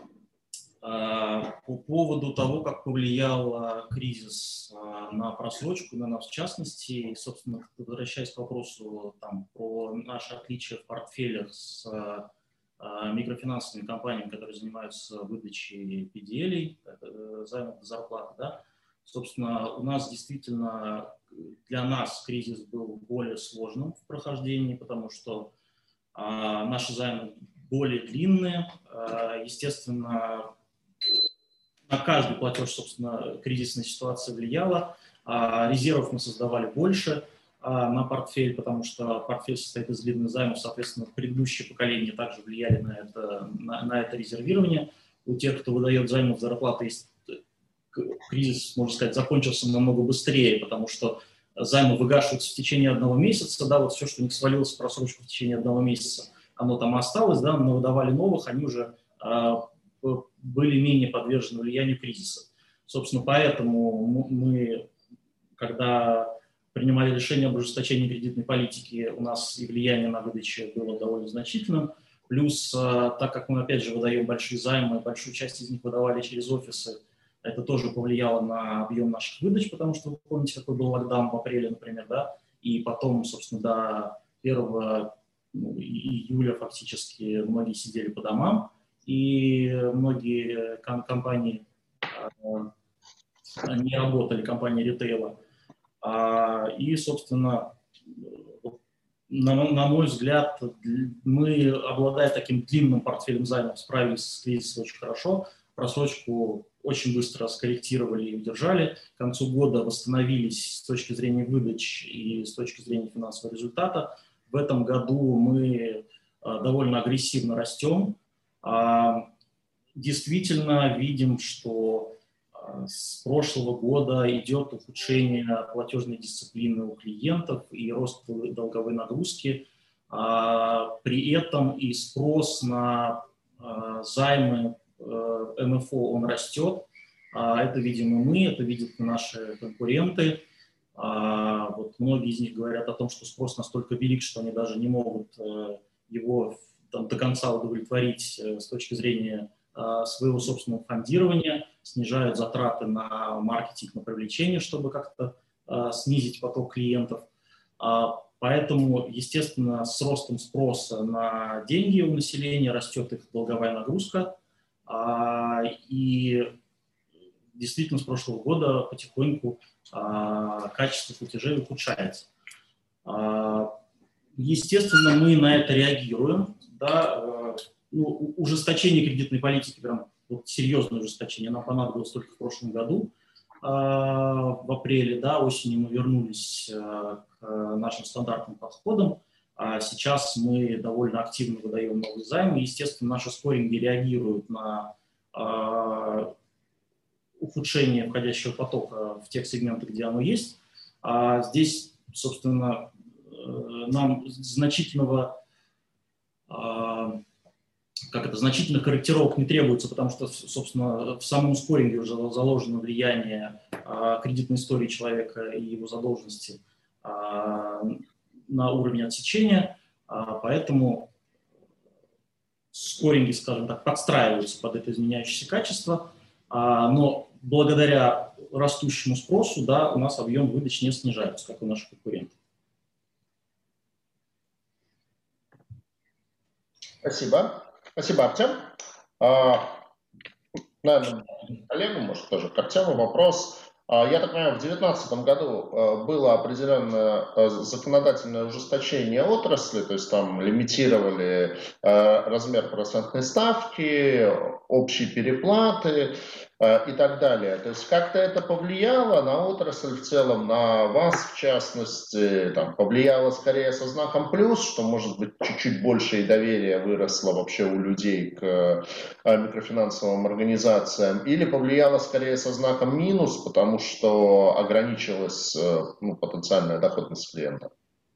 По поводу того, как повлиял кризис на просрочку, на нас в частности, и, собственно, возвращаясь к вопросу про наши отличия в портфелях с микрофинансовыми компаниями, которые занимаются выдачей PDL, займов до зарплаты, да, собственно, у нас действительно, для нас кризис был более сложным в прохождении, потому что наши займы более длинные, естественно, на каждый платеж, собственно, кризисная ситуация влияла, резервов мы создавали больше на портфель, потому что портфель состоит из длинных займов, соответственно, предыдущие поколения также влияли на это резервирование. У тех, кто выдает займы в зарплаты, кризис, можно сказать, закончился намного быстрее, потому что займы выгашиваются в течение 1 месяца, да, вот все, что у них свалилось в просрочку в течение 1 месяца, оно там осталось, да, но выдавали новых, они уже были менее подвержены влиянию кризиса. Собственно, поэтому мы, когда принимали решение об ужесточении кредитной политики, у нас и влияние на выдачу было довольно значительным. Плюс, так как мы, опять же, выдаем большие займы, большую часть из них выдавали через офисы, это тоже повлияло на объем наших выдач, потому что вы помните, какой был локдаун в апреле, например, да, и потом, собственно, до 1 июля фактически многие сидели по домам, и многие компании не работали, компании ритейла. И, собственно, на мой взгляд, мы, обладая таким длинным портфелем займов, справились с кризисом очень хорошо. Просрочку очень быстро скорректировали и удержали. К концу года восстановились с точки зрения выдач и с точки зрения финансового результата. В этом году мы довольно агрессивно растем. Действительно видим, что с прошлого года идет ухудшение платежной дисциплины у клиентов и рост долговой нагрузки. При этом и спрос на займы МФО он растет. Это видим и мы, это видят и наши конкуренты. Вот многие из них говорят о том, что спрос настолько велик, что они даже не могут его там до конца удовлетворить с точки зрения своего собственного фондирования, снижают затраты на маркетинг, на привлечение, чтобы как-то снизить поток клиентов. Поэтому, естественно, с ростом спроса на деньги у населения растет их долговая нагрузка. И действительно с прошлого года потихоньку качество платежей ухудшается. Естественно, мы на это реагируем. Да, ужесточение кредитной политики, прям вот серьезное ужесточение, нам понадобилось только в прошлом году, в апреле, да, осенью мы вернулись к нашим стандартным подходам, а сейчас мы довольно активно выдаем новые займы. Естественно, наши скоринги реагируют на ухудшение входящего потока в тех сегментах, где оно есть. Здесь, собственно, нам значительных корректировок не требуется, потому что, собственно, в самом скоринге уже заложено влияние кредитной истории человека и его задолженности на уровень отсечения, поэтому скоринги, скажем так, подстраиваются под это изменяющееся качество, но благодаря растущему спросу, да, у нас объем выдач не снижается, как у наших конкурентов. Спасибо. Спасибо, Артем. Наверное, коллегу, может, тоже к Артему вопрос. Я так понимаю, в 2019 году было определенное законодательное ужесточение отрасли, то есть там лимитировали размер процентной ставки, общие переплаты и так далее. То есть как-то это повлияло на отрасль в целом, на вас в частности, там, повлияло скорее со знаком плюс, что, может быть, чуть-чуть больше и доверие выросло вообще у людей к микрофинансовым организациям, или повлияло скорее со знаком минус, потому что ограничилась потенциальная доходность клиента?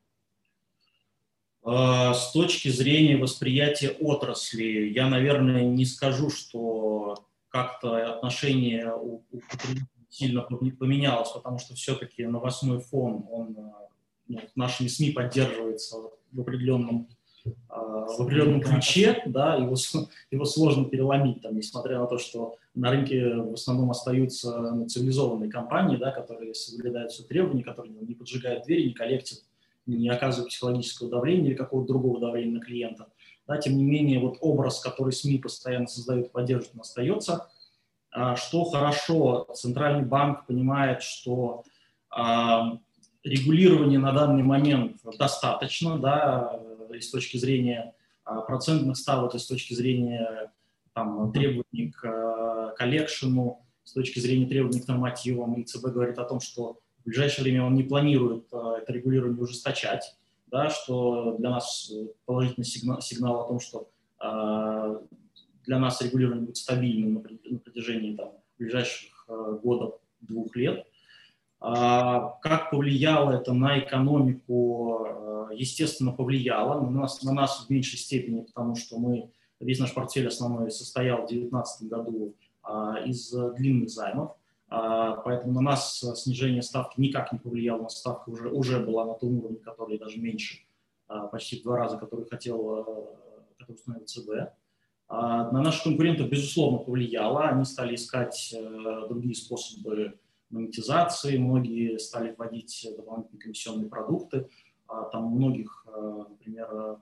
С точки зрения восприятия отрасли, я, наверное, не скажу, что как-то отношение у потребителей сильно поменялось, потому что все-таки новостной фон, он нашими СМИ поддерживается в определенном ключе, да, его сложно переломить, там, несмотря на то, что на рынке в основном остаются цивилизованные компании, да, которые соблюдают все требования, которые не поджигают двери, не коллектят, не оказывают психологического давления или какого-то другого давления на клиента. Да, тем не менее, вот образ, который СМИ постоянно создают и поддерживают, он остается. Что хорошо, Центральный банк понимает, что регулирования на данный момент достаточно, да, и с точки зрения процентных ставок, и с точки зрения там, требований к коллекшену, с точки зрения требований к нормативам. И ЦБ говорит о том, что в ближайшее время он не планирует это регулирование ужесточать, да, что для нас положительный сигнал о том, что для нас регулирование будет стабильным на протяжении там, ближайших года-двух лет. Как повлияло это на экономику? Естественно, повлияло. На нас в меньшей степени, потому что весь наш портфель основной состоял в 2019 году из длинных займов. Поэтому на нас снижение ставки никак не повлияло. У нас ставка уже была на том уровне, который даже меньше, почти в 2 раза, который установил ЦБ. На наших конкурентов, безусловно, повлияло. Они стали искать другие способы монетизации, многие стали вводить дополнительные комиссионные продукты. Там у многих, например,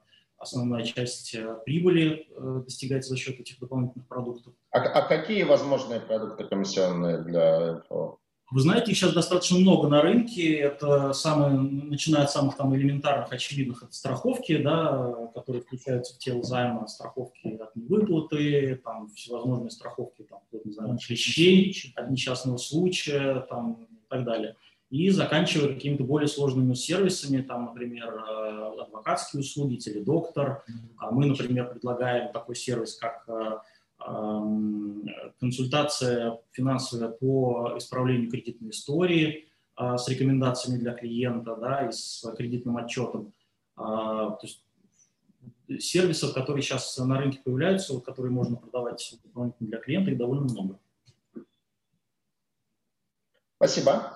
основная часть прибыли достигается за счет этих дополнительных продуктов. А какие возможные продукты комиссионные для МФО? Вы знаете, их сейчас достаточно много на рынке. Это начиная от самых там элементарных, очевидных, это страховки, да, которые включаются в тело займа, страховки от невыплаты, там всевозможные страховки, там, не знаю, от клещей, от несчастного случая, там, и так далее. И заканчивая какими-то более сложными сервисами, там, например, адвокатские услуги, теледоктор. Мы, например, предлагаем такой сервис, как консультация финансовая по исправлению кредитной истории с рекомендациями для клиента, да, и с кредитным отчетом. То есть сервисов, которые сейчас на рынке появляются, которые можно продавать дополнительно для клиента, их довольно много. Спасибо.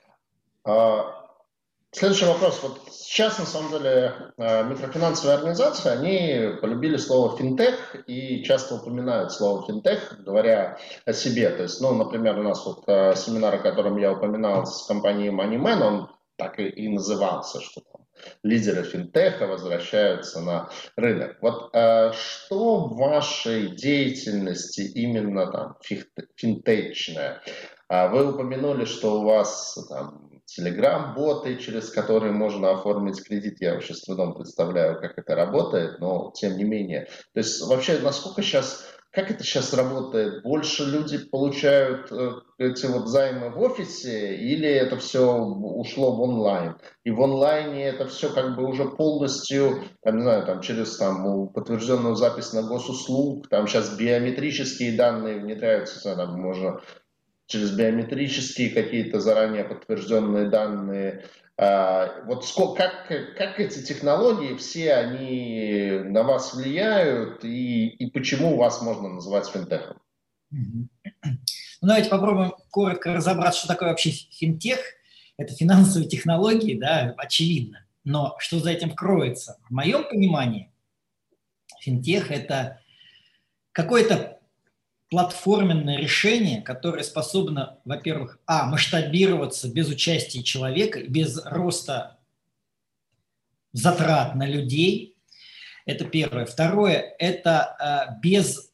Следующий вопрос. Вот сейчас, на самом деле, микрофинансовые организации, они полюбили слово финтех и часто упоминают слово финтех, говоря о себе. То есть, ну, например, у нас вот семинар, о котором я упоминал с компанией MoneyMan, он так и назывался, что там лидеры финтеха возвращаются на рынок. Вот что в вашей деятельности именно там финтечное? Вы упомянули, что у вас там телеграм-боты, через которые можно оформить кредит. Я вообще с трудом представляю, как это работает, но тем не менее. То есть вообще, насколько сейчас, как это сейчас работает? Больше люди получают эти вот займы в офисе или это все ушло в онлайн? И в онлайне это все как бы уже полностью, там, не знаю, там через там, подтвержденную запись на госуслуг, там сейчас биометрические данные внедряются, там можно через биометрические какие-то заранее подтвержденные данные. Вот как эти технологии, все они на вас влияют и почему вас можно называть финтехом? Ну, давайте попробуем коротко разобраться, что такое вообще финтех. Это финансовые технологии, да, очевидно. Но что за этим кроется? В моем понимании финтех – это какое-то платформенное решение, которое способно, во-первых, масштабироваться без участия человека, без роста затрат на людей. Это первое. Второе – это без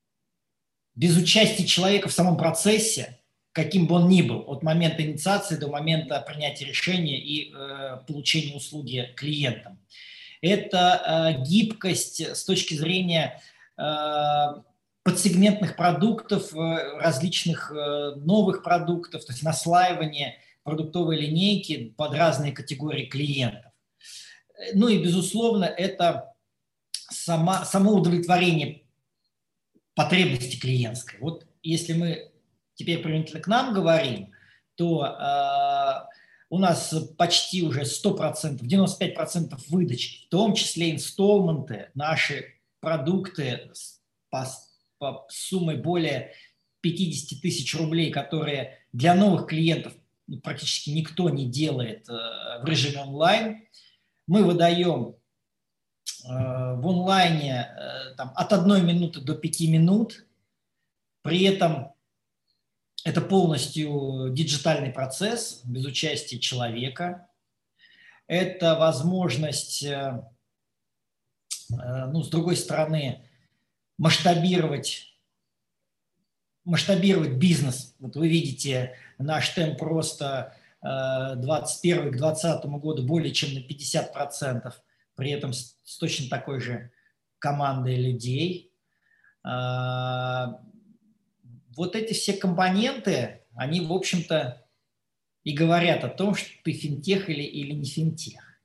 участия человека в самом процессе, каким бы он ни был, от момента инициации до момента принятия решения и получения услуги клиентам. Это гибкость с точки зрения подсегментных продуктов, различных новых продуктов, то есть наслаивание продуктовой линейки под разные категории клиентов. Ну и, безусловно, это само удовлетворение потребности клиентской. Вот если мы теперь применительно к нам говорим, то у нас почти уже 100%, 95% выдачи, в том числе инсталменты, наши продукты по суммой более 50 тысяч рублей, которые для новых клиентов практически никто не делает в режиме онлайн. Мы выдаем в онлайне там, от 1 минуты до 5 минут. При этом это полностью диджитальный процесс, без участия человека. Это возможность, ну, с другой стороны, масштабировать бизнес. Вот вы видите, наш темп роста 2021 к 2020 году более чем на 50%, при этом с точно такой же командой людей. Вот эти все компоненты, они, в общем-то, и говорят о том, что ты финтех или не финтех.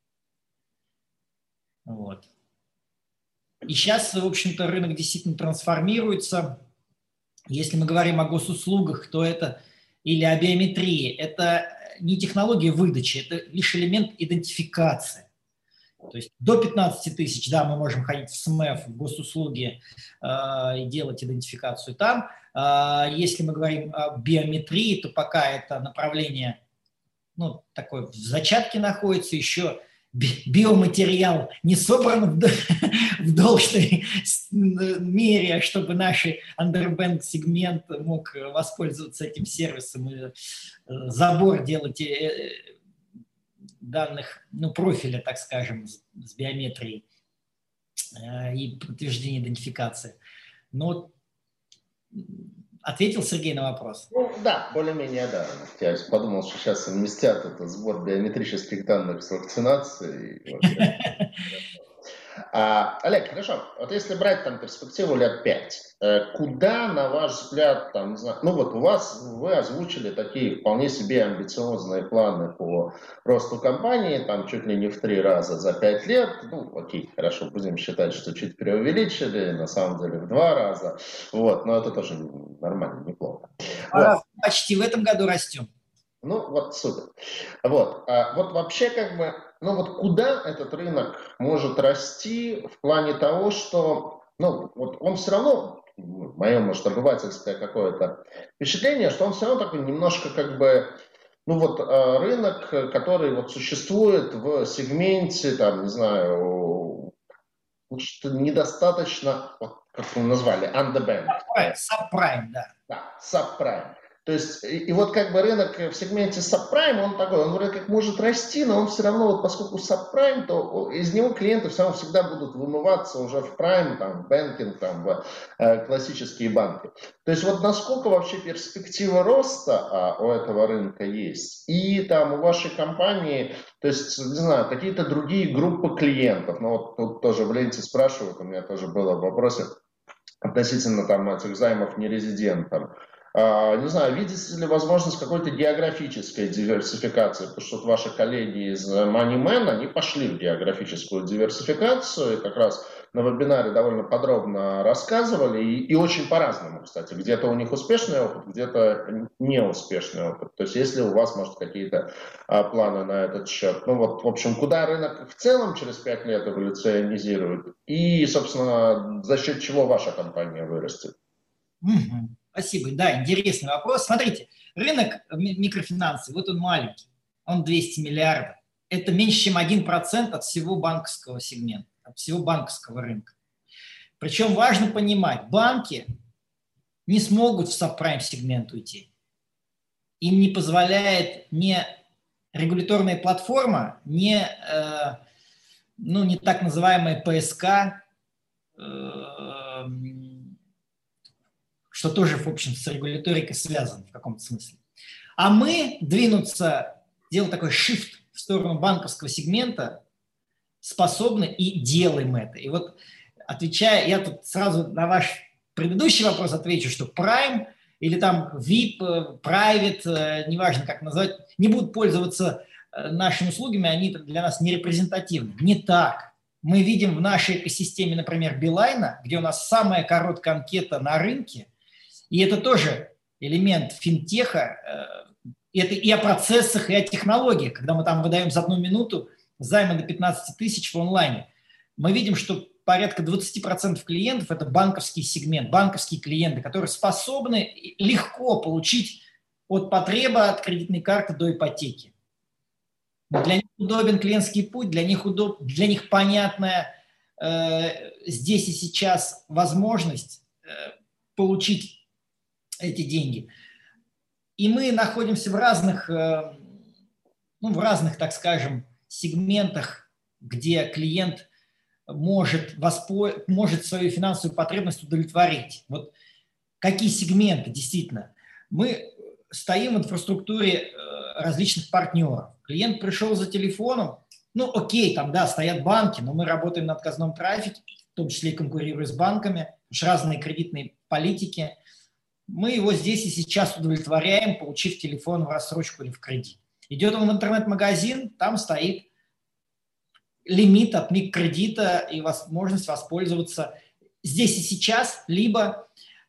Вот. И сейчас, в общем-то, рынок действительно трансформируется. Если мы говорим о госуслугах, то это или о биометрии, это не технология выдачи, это лишь элемент идентификации. То есть до 15 тысяч, да, мы можем ходить в СМЭФ, в госуслуги и делать идентификацию там. Если мы говорим о биометрии, то пока это направление, ну, такое в зачатке находится, еще биоматериал не собран в должной мере, чтобы наш underbank сегмент мог воспользоваться этим сервисом и забор делать данных, ну, профиля, так скажем, с биометрией. и подтверждение идентификации. Но ответил Сергей на вопрос? Ну, да, более-менее, да. Я подумал, что сейчас совместят это сбор биометрических данных с вакцинацией. Олег, хорошо. Вот если брать там перспективу лет 5, куда, на ваш взгляд, там, не знаю, ну вот у вас, вы озвучили такие вполне себе амбициозные планы по росту компании, там чуть ли не в 3 раза за 5 лет. Ну, окей, хорошо, будем считать, что чуть преувеличили, на самом деле в 2 раза. Вот, но это тоже нормально, неплохо. Вот. Почти в этом году растем. Ну, вот супер. Вот, вот вообще как бы, ну вот куда этот рынок может расти в плане того, что, ну, вот он все равно, мое, может, обывательское какое-то впечатление, что он все равно такой немножко как бы, ну вот рынок, который вот существует в сегменте, там, не знаю, что недостаточно, вот, как вы назвали, underbanked. Subprime, да. Да, subprime. То есть, и вот как бы рынок в сегменте subprime, он такой, он вроде как может расти, но он все равно, вот поскольку subprime, то из него клиенты все равно всегда будут вымываться уже в prime, там, в банкинг, там, в классические банки. То есть, вот насколько вообще перспектива роста у этого рынка есть, и там у вашей компании, то есть, не знаю, какие-то другие группы клиентов, ну вот тут тоже в ленте спрашивают, у меня тоже было в вопросе, относительно там этих займов нерезидентам. Не знаю, видите ли возможность какой-то географической диверсификации, потому что вот ваши коллеги из MoneyMan, они пошли в географическую диверсификацию, и как раз на вебинаре довольно подробно рассказывали, и очень по-разному, кстати. Где-то у них успешный опыт, где-то неуспешный опыт. То есть если у вас, может, какие-то планы на этот счет. Ну вот, в общем, куда рынок в целом через 5 лет эволюционизирует, и, собственно, за счет чего ваша компания вырастет. Угу. Спасибо. Да, интересный вопрос. Смотрите, рынок микрофинансов, вот он маленький, он 200 миллиардов. Это меньше, чем 1% от всего банковского сегмента, от всего банковского рынка. Причем важно понимать, банки не смогут в сабпрайм-сегмент уйти. Им не позволяет ни регуляторная платформа, ни так называемая ПСК, что тоже, в общем, с регуляторикой связано в каком-то смысле. А мы двинуться, делать такой shift в сторону банковского сегмента способны и делаем это. И вот отвечая, я тут сразу на ваш предыдущий вопрос отвечу, что Prime или там VIP, Private, неважно как назвать, не будут пользоваться нашими услугами, они для нас не репрезентативны. Не так. Мы видим в нашей экосистеме, например, Билайна, где у нас самая короткая анкета на рынке, и это тоже элемент финтеха, это и о процессах, и о технологиях. Когда мы там выдаем за 1 минуту займы до 15 тысяч в онлайне, мы видим, что порядка 20% клиентов – это банковский сегмент, банковские клиенты, которые способны легко получить от потреба, от кредитной карты до ипотеки. Для них удобен клиентский путь, для них понятная здесь и сейчас возможность получить эти деньги. И мы находимся в разных, так скажем, сегментах, где клиент может свою финансовую потребность удовлетворить. Вот какие сегменты действительно? Мы стоим в инфраструктуре различных партнеров. Клиент пришел за телефоном, окей, там, да, стоят банки, но мы работаем на отказном трафике, в том числе и конкурируя с банками, потому что разные кредитные политики. Мы его здесь и сейчас удовлетворяем, получив телефон в рассрочку или в кредит. Идет он в интернет-магазин, там стоит лимит от микрокредита и возможность воспользоваться здесь и сейчас, либо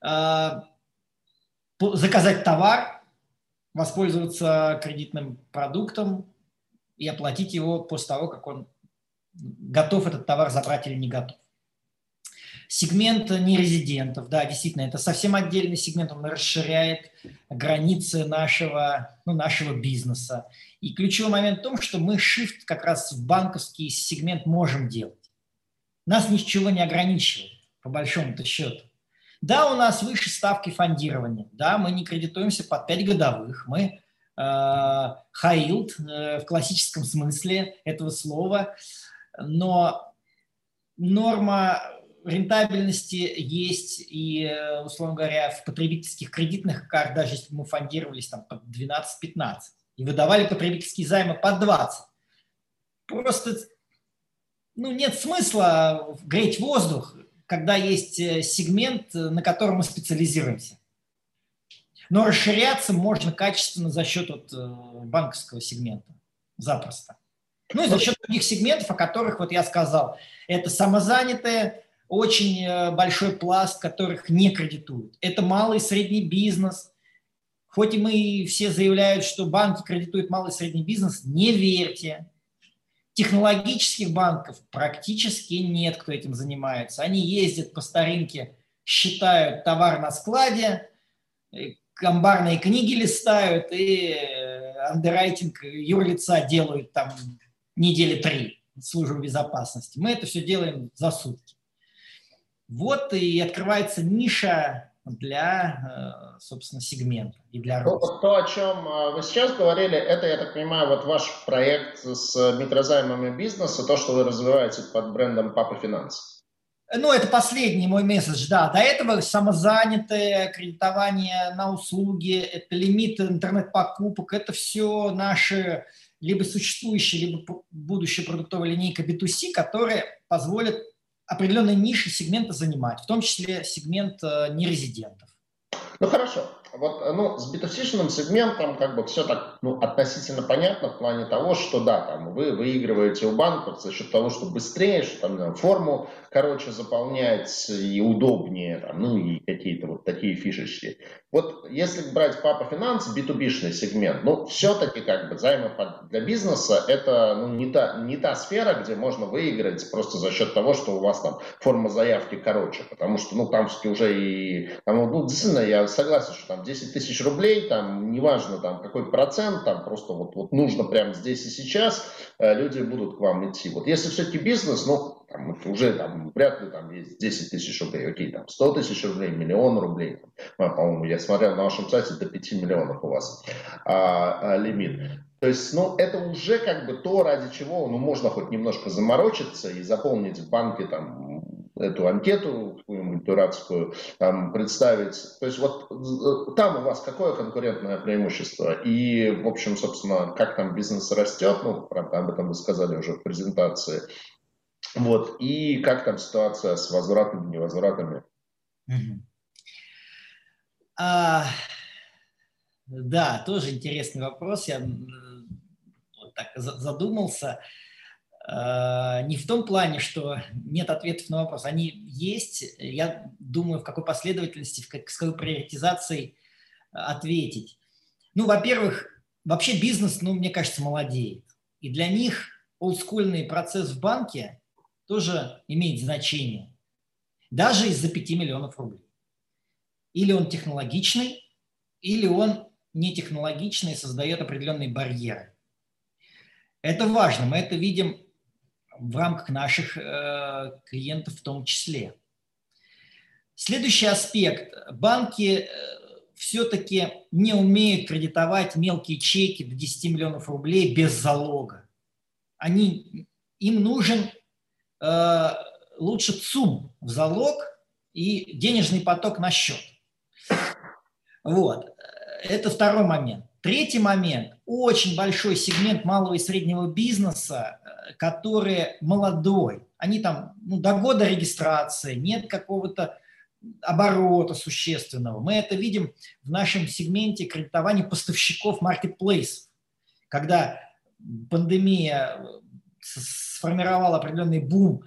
заказать товар, воспользоваться кредитным продуктом и оплатить его после того, как он готов этот товар забрать или не готов. Сегмент нерезидентов, да, действительно, это совсем отдельный сегмент, он расширяет границы нашего бизнеса. И ключевой момент в том, что мы shift как раз в банковский сегмент можем делать. Нас ничего не ограничивает, по большому-то счету. Да, у нас выше ставки фондирования, да, мы не кредитуемся под 5 годовых, мы high yield в классическом смысле этого слова, но норма рентабельности есть и, условно говоря, в потребительских кредитных картах, даже если мы фондировались там под 12-15 и выдавали потребительские займы под 20, просто нет смысла греть воздух, когда есть сегмент, на котором мы специализируемся. Но расширяться можно качественно за счет банковского сегмента. Запросто. И за счет других сегментов, о которых я сказал. Это самозанятые, очень большой пласт, которых не кредитуют. Это малый и средний бизнес. Хоть и мы все заявляют, что банки кредитуют малый и средний бизнес, не верьте. Технологических банков практически нет, кто этим занимается. Они ездят по старинке, считают товар на складе, амбарные книги листают и андеррайтинг юрлица делают там недели 3 службы безопасности. Мы это все делаем за сутки. И открывается ниша для, собственно, сегмента и для роста. То, о чем вы сейчас говорили, это, я так понимаю, ваш проект с микрозаймами бизнеса, то, что вы развиваете под брендом Папа Финанс. Это последний мой месседж, да. До этого самозанятые, кредитование на услуги, это лимит интернет-покупок, это все наши либо существующие, либо будущая продуктовая линейка B2C, которые позволят определенные ниши сегмента занимать, в том числе сегмент нерезидентов. Хорошо. С B2C-шным сегментом все так относительно понятно в плане того, что да, вы выигрываете у банков за счет того, что быстрее, что форму короче заполнять и удобнее, и какие-то такие фишечки. Если брать Папа Финанс, B2B-шный сегмент, все-таки займы для бизнеса это не та сфера, где можно выиграть просто за счет того, что у вас там форма заявки короче, потому что там уже и действительно я согласен, что там 10 тысяч рублей, неважно какой процент, просто нужно прямо здесь и сейчас, люди будут к вам идти. Если все-таки бизнес, уже вряд ли есть 10 тысяч рублей, окей, 100 тысяч рублей, миллион рублей, по-моему, я смотрел на вашем сайте, до 5 миллионов у вас лимит. То есть, это уже то, ради чего можно хоть немножко заморочиться и заполнить в банке эту анкету какую-нибудь дурацкую, представить. То есть там у вас какое конкурентное преимущество? И, в общем, собственно, как там бизнес растет, правда, об этом вы сказали уже в презентации. И как там ситуация с возвратами, невозвратами? Да, тоже интересный вопрос. Я так задумался. Не в том плане, что нет ответов на вопрос. Они есть. Я думаю, в какой последовательности, с какой приоритизацией ответить. Во-первых, вообще бизнес, мне кажется, молодеет. И для них олдскульный процесс в банке тоже имеет значение. Даже из-за 5 миллионов рублей. Или он технологичный, или он не технологичный и создает определенные барьеры. Это важно. Мы это видим в рамках наших клиентов в том числе. Следующий аспект. Банки все-таки не умеют кредитовать мелкие чеки до 10 миллионов рублей без залога. Им нужен лучше ЦУМ в залог и денежный поток на счет. Это второй момент. Третий момент. Очень большой сегмент малого и среднего бизнеса, который молодой. Они до года регистрации, нет какого-то оборота существенного. Мы это видим в нашем сегменте кредитования поставщиков маркетплейсов. Когда пандемия сформировала определенный бум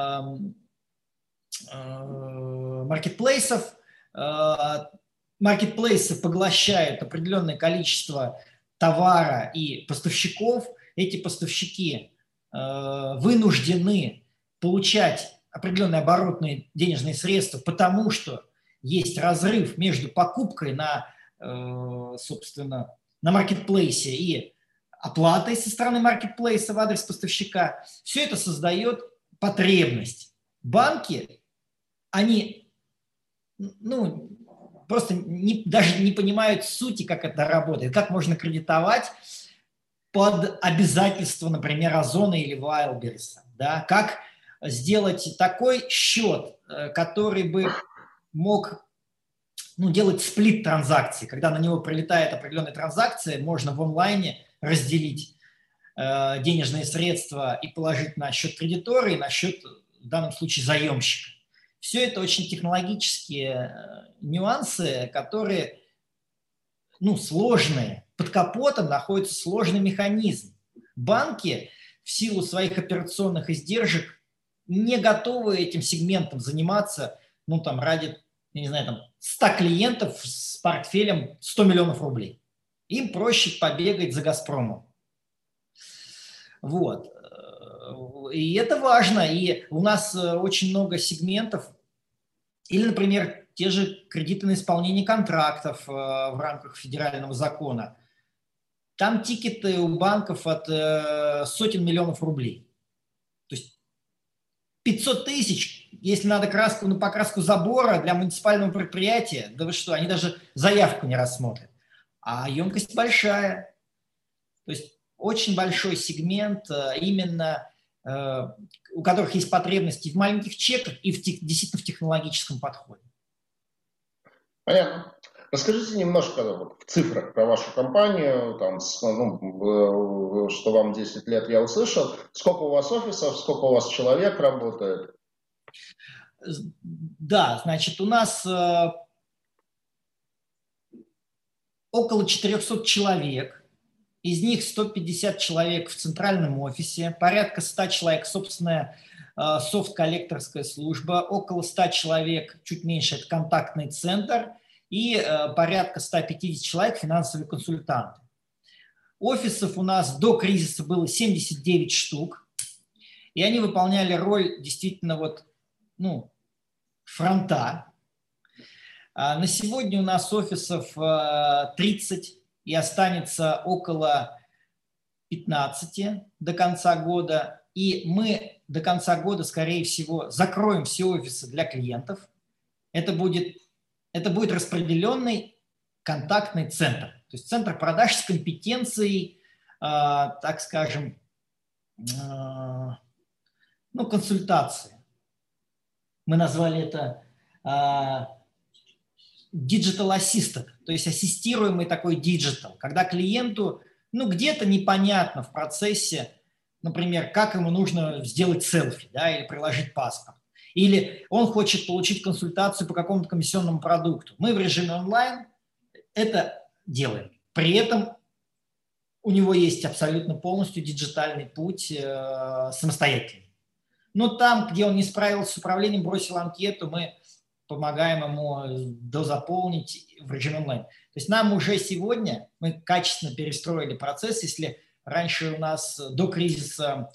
маркетплейсов, маркетплейсы поглощают определенное количество товара и поставщиков. Эти поставщики вынуждены получать определенные оборотные денежные средства, потому что есть разрыв между покупкой собственно, на маркетплейсе и оплатой со стороны маркетплейса в адрес поставщика. Все это создает потребность. Банки, они просто даже не понимают сути, как это работает, как можно кредитовать под обязательства, например, Озона или Wildberries, да, как сделать такой счет, который бы мог делать сплит транзакций. Когда на него прилетает определенная транзакция, можно в онлайне разделить денежные средства и положить на счет кредитора и на счет, в данном случае, заемщика. Все это очень технологические нюансы, которые сложные. Под капотом находится сложный механизм. Банки в силу своих операционных издержек не готовы этим сегментом заниматься, ради, 100 клиентов с портфелем 100 миллионов рублей. Им проще побегать за «Газпромом». Вот. И это важно. И у нас очень много сегментов. Или, например, те же кредиты на исполнение контрактов в рамках федерального закона. Там тикеты у банков от сотен миллионов рублей. То есть 500 тысяч, если надо краску на покраску забора для муниципального предприятия, да вы что, они даже заявку не рассмотрят. А емкость большая. То есть очень большой сегмент именно, у которых есть потребности в маленьких чеках и действительно в технологическом подходе. Понятно. Расскажите немножко в цифрах про вашу компанию, что вам 10 лет я услышал. Сколько у вас офисов, сколько у вас человек работает? Да, значит, у нас около 400 человек. Из них 150 человек в центральном офисе, порядка 100 человек собственная софт-коллекторская служба, около 100 человек, чуть меньше, это контактный центр, и порядка 150 человек финансовые консультанты. Офисов у нас до кризиса было 79 штук, и они выполняли роль действительно фронта. На сегодня у нас офисов 30, и останется около 15 до конца года. И мы до конца года, скорее всего, закроем все офисы для клиентов. Это будет распределенный контактный центр. То есть центр продаж с компетенцией, так скажем, консультации. Мы назвали это digital assistant, то есть ассистируемый такой digital, когда клиенту где-то непонятно в процессе, например, как ему нужно сделать селфи, или приложить паспорт. Или он хочет получить консультацию по какому-то комиссионному продукту. Мы в режиме онлайн это делаем. При этом у него есть абсолютно полностью диджитальный путь самостоятельный. Но там, где он не справился с управлением, бросил анкету, мы помогаем ему дозаполнить в режиме онлайн. То есть нам уже сегодня, мы качественно перестроили процесс. Если раньше у нас до кризиса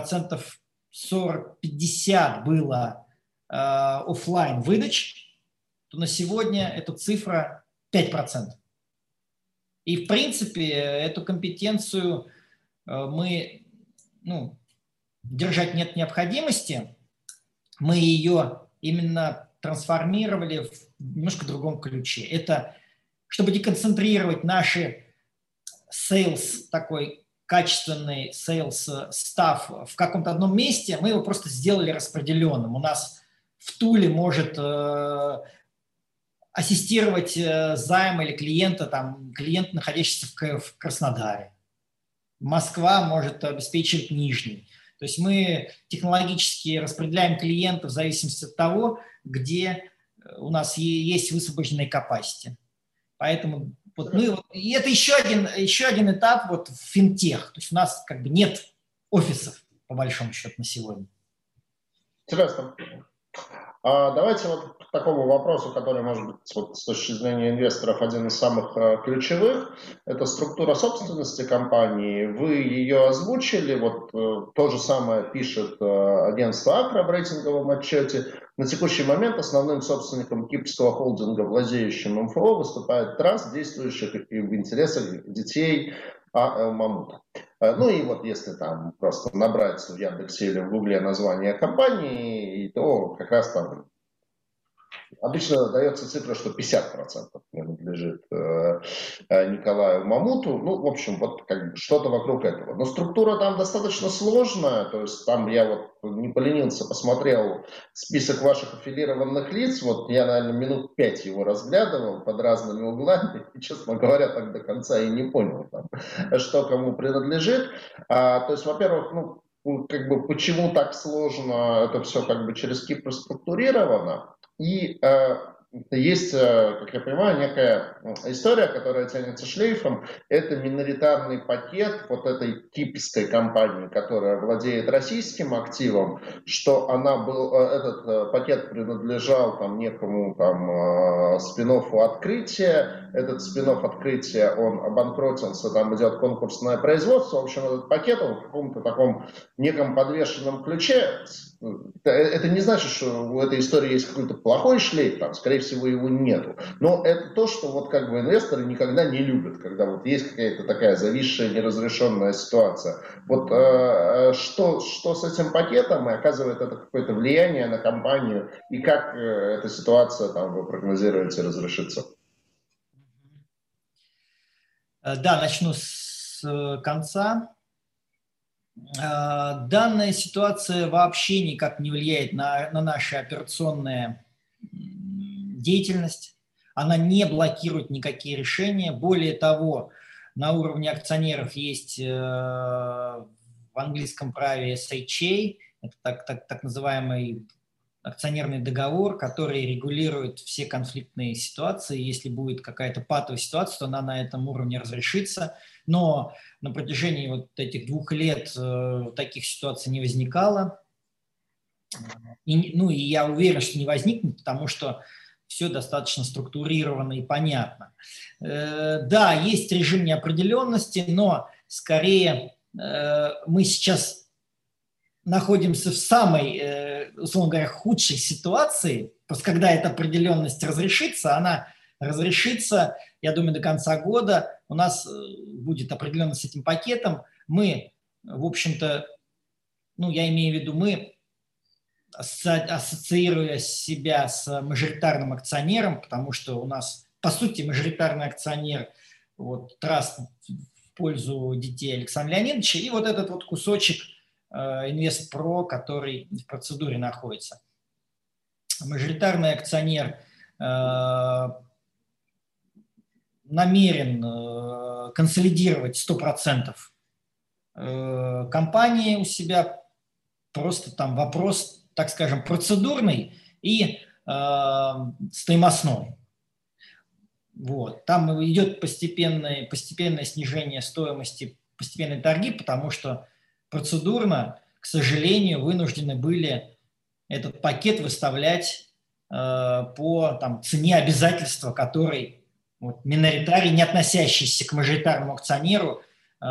40-50% было офлайн выдач, то на сегодня эта цифра 5%. И в принципе эту компетенцию мы, держать нет необходимости. Мы ее именно трансформировали в немножко другом ключе. Это чтобы деконцентрировать наши sales, такой качественный sales стафф в каком-то одном месте, мы его просто сделали распределенным. У нас в Туле может ассистировать займ или клиента, клиент, находящийся в Краснодаре. Москва может обеспечивать Нижний. То есть мы технологически распределяем клиентов в зависимости от того, где у нас есть высвобожденные capacity. Поэтому и это еще один этап в финтех. То есть у нас нет офисов, по большому счету, на сегодня. Интересно. Давайте к такому вопросу, который, может быть, с точки зрения инвесторов один из самых ключевых. Это структура собственности компании. Вы ее озвучили. То же самое пишет агентство Акра в рейтинговом отчете. На текущий момент основным собственником кипрского холдинга, владеющим МФО, выступает Траст, действующих в интересах детей А.Л. Мамута. Если там просто набрать в Яндексе или в Гугле название компании, то как раз там Обычно дается цифра, что 50% принадлежит Николаю Мамуту. Ну, в общем, вот как бы что-то вокруг этого. Но структура там достаточно сложная. То есть там я вот не поленился, посмотрел список ваших аффилированных лиц. Вот я, наверное, минут 5 его разглядывал под разными углами. И, честно говоря, так до конца и не понял, там, что кому принадлежит. То есть, во-первых, как бы почему так сложно это все как бы через Кипр структурировано. И есть, как я понимаю, некая история, которая тянется шлейфом. Это миноритарный пакет вот этой кипрской компании, которая владеет российским активом, что этот пакет принадлежал там некому там спин-оффу «Открытие». Этот спин-офф «Открытия», он обанкротился, там идет конкурсное производство. В общем, этот пакет, он в каком-то таком неком подвешенном ключе. Это не значит, что у этой истории есть какой-то плохой шлейф, там, скорее всего, его нету. Но это то, что вот как бы инвесторы никогда не любят, когда вот есть какая-то такая зависшая, неразрешенная ситуация. Вот что с этим пакетом, и оказывает это какое-то влияние на компанию, и как эта ситуация, там, вы прогнозируете, разрешится? Да, начну с конца. Данная ситуация вообще никак не влияет на нашу операционную деятельность. Она не блокирует никакие решения. Более того, на уровне акционеров есть в английском праве SHA, это так называемый акционерный договор, который регулирует все конфликтные ситуации. Если будет какая-то патовая ситуация, то она на этом уровне разрешится. Но на протяжении вот этих 2 лет таких ситуаций не возникало. И я уверен, что не возникнет, потому что все достаточно структурировано и понятно. Да, есть режим неопределенности, но скорее мы сейчас находимся в самой, условно говоря, худшей ситуации. Просто когда эта определенность разрешится, она разрешится, я думаю, до конца года. У нас будет определенность с этим пакетом. Мы, в общем-то, я имею в виду, мы, ассоциируя себя с мажоритарным акционером, потому что у нас, по сути, мажоритарный акционер, вот, траст в пользу детей Александра Леонидовича, и вот этот вот кусочек Инвестпро, который в процедуре находится. Мажоритарный акционер намерен консолидировать 100% компании у себя. Просто там вопрос, так скажем, процедурный и стоимостной. Вот. Там идет постепенное снижение стоимости, постепенные торги, потому что процедурно, к сожалению, вынуждены были этот пакет выставлять по цене обязательства, который миноритарий, не относящийся к мажоритарному акционеру,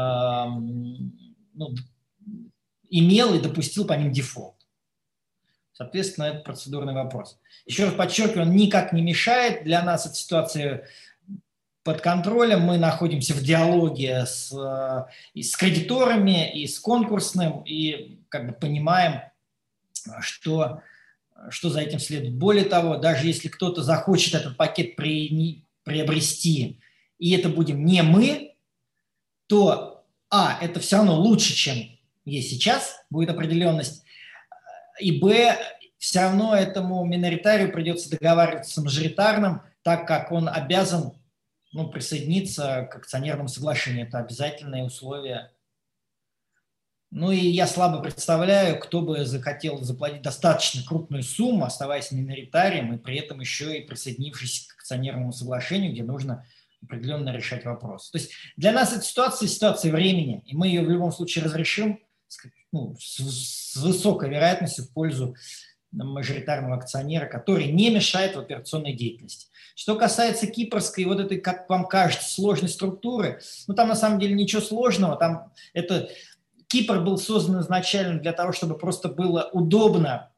имел и допустил по ним дефолт. Соответственно, это процедурный вопрос. Еще раз подчеркиваю, он никак не мешает. Для нас эта ситуация под контролем. Мы находимся в диалоге с кредиторами и с конкурсным, и как бы понимаем, что за этим следует. Более того, даже если кто-то захочет этот пакет приобрести, и это будем не мы, то это все равно лучше, чем есть сейчас, будет определенность, и все равно этому миноритарию придется договариваться с мажоритарным, так как он обязан присоединиться к акционерному соглашению. Это обязательное условие. И я слабо представляю, кто бы захотел заплатить достаточно крупную сумму, оставаясь миноритарием, и при этом еще и присоединившись к акционерному соглашению, где нужно определенно решать вопрос. То есть для нас эта ситуация времени, и мы ее в любом случае разрешим с высокой вероятностью в пользу мажоритарного акционера, который не мешает в операционной деятельности. Что касается кипрской вот этой, как вам кажется, сложной структуры, там на самом деле ничего сложного. Кипр был создан изначально для того, чтобы просто было удобно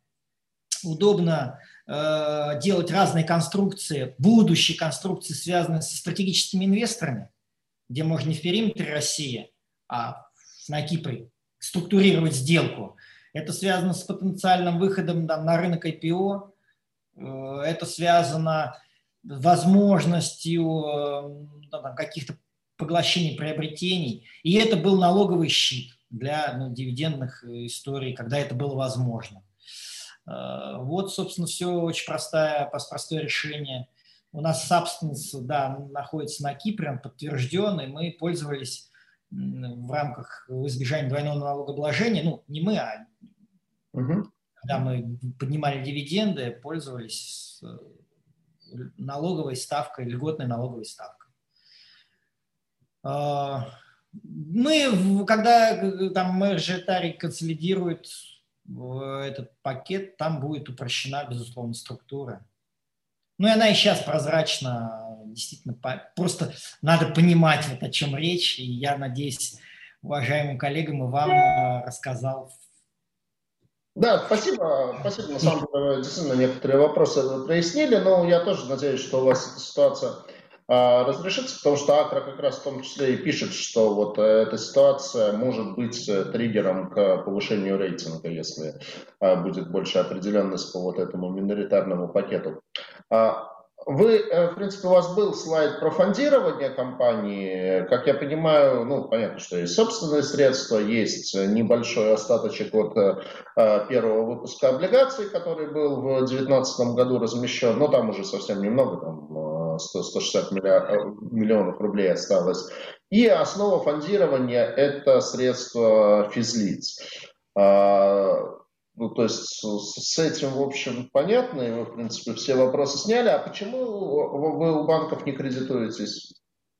делать разные конструкции, будущие конструкции, связанные со стратегическими инвесторами, где можно не в периметре России, а на Кипре структурировать сделку. Это связано с потенциальным выходом на рынок IPO. Это связано с возможностью каких-то поглощений, приобретений. И это был налоговый щит для дивидендных историй, когда это было возможно. Вот, собственно, все очень простое решение. У нас substance, да, находится на Кипре, он подтвержден, и мы пользовались в рамках избежания двойного налогообложения, ну, не мы, а когда мы поднимали дивиденды, пользовались налоговой ставкой, льготной налоговой ставкой. Мы, когда там мэржетарий консолидирует этот пакет, там будет упрощена, безусловно, структура. Ну и она и сейчас прозрачна, действительно, просто надо понимать, вот о чем речь, и я надеюсь, уважаемым коллегам и вам рассказал. Да, спасибо. Спасибо. На самом деле, действительно, некоторые вопросы прояснили, но я тоже надеюсь, что у вас эта ситуация разрешится, потому что Акра как раз в том числе и пишет, что вот эта ситуация может быть триггером к повышению рейтинга, если будет больше определенность по вот этому миноритарному пакету. Вы, в принципе, у вас был слайд про фондирование компании. Как я понимаю, ну, понятно, что есть собственные средства, есть небольшой остаточек от первого выпуска облигаций, который был в 2019 году размещен, но там уже совсем немного, там 160 миллионов рублей осталось. И основа фондирования – это средства физлиц. Ну, то есть с этим, в общем, понятно, и вы, в принципе, все вопросы сняли. А почему вы у банков не кредитуетесь?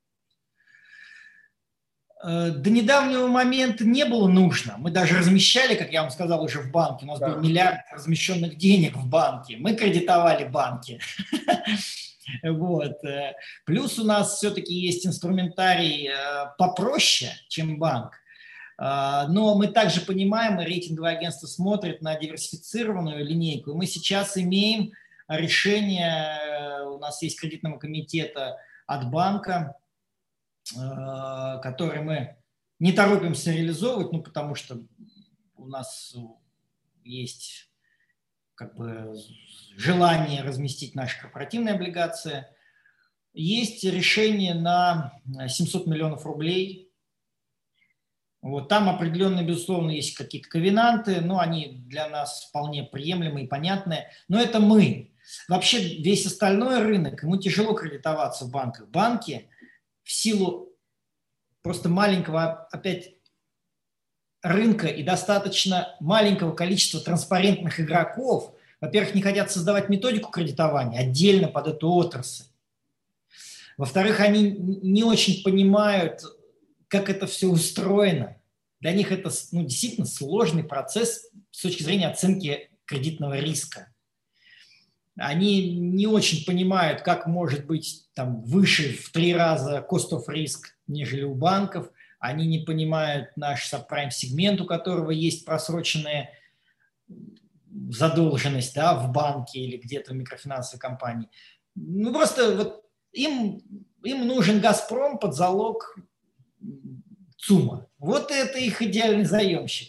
До недавнего момента не было нужно. Мы даже размещали, как я вам сказал, уже в банке. У нас был миллиард размещенных денег в банке. Мы кредитовали банки. Вот. Плюс у нас все-таки есть инструментарий попроще, чем банк. Но мы также понимаем, и рейтинговое агентство смотрит на диверсифицированную линейку. И мы сейчас имеем решение, у нас есть кредитного комитета от банка, который мы не торопимся реализовывать, ну, потому что у нас есть как бы желание разместить наши корпоративные облигации. Есть решение на 700 миллионов рублей. Вот, там определенно, безусловно, есть какие-то ковенанты, но они для нас вполне приемлемые и понятные. Но это мы. Вообще весь остальной рынок, ему тяжело кредитоваться в банках. Банки в силу просто маленького опять рынка и достаточно маленького количества транспарентных игроков, во-первых, не хотят создавать методику кредитования отдельно под эту отрасль. Во-вторых, они не очень понимают, как это все устроено. Для них это действительно сложный процесс с точки зрения оценки кредитного риска. Они не очень понимают, как может быть там, выше в 3 раза cost of risk, нежели у банков. Они не понимают наш сабпрайм-сегмент, у которого есть просроченная задолженность, да, в банке или где-то в микрофинансовой компании. Ну, просто вот им нужен «Газпром» под залог ЦУМа. Вот это их идеальный заемщик.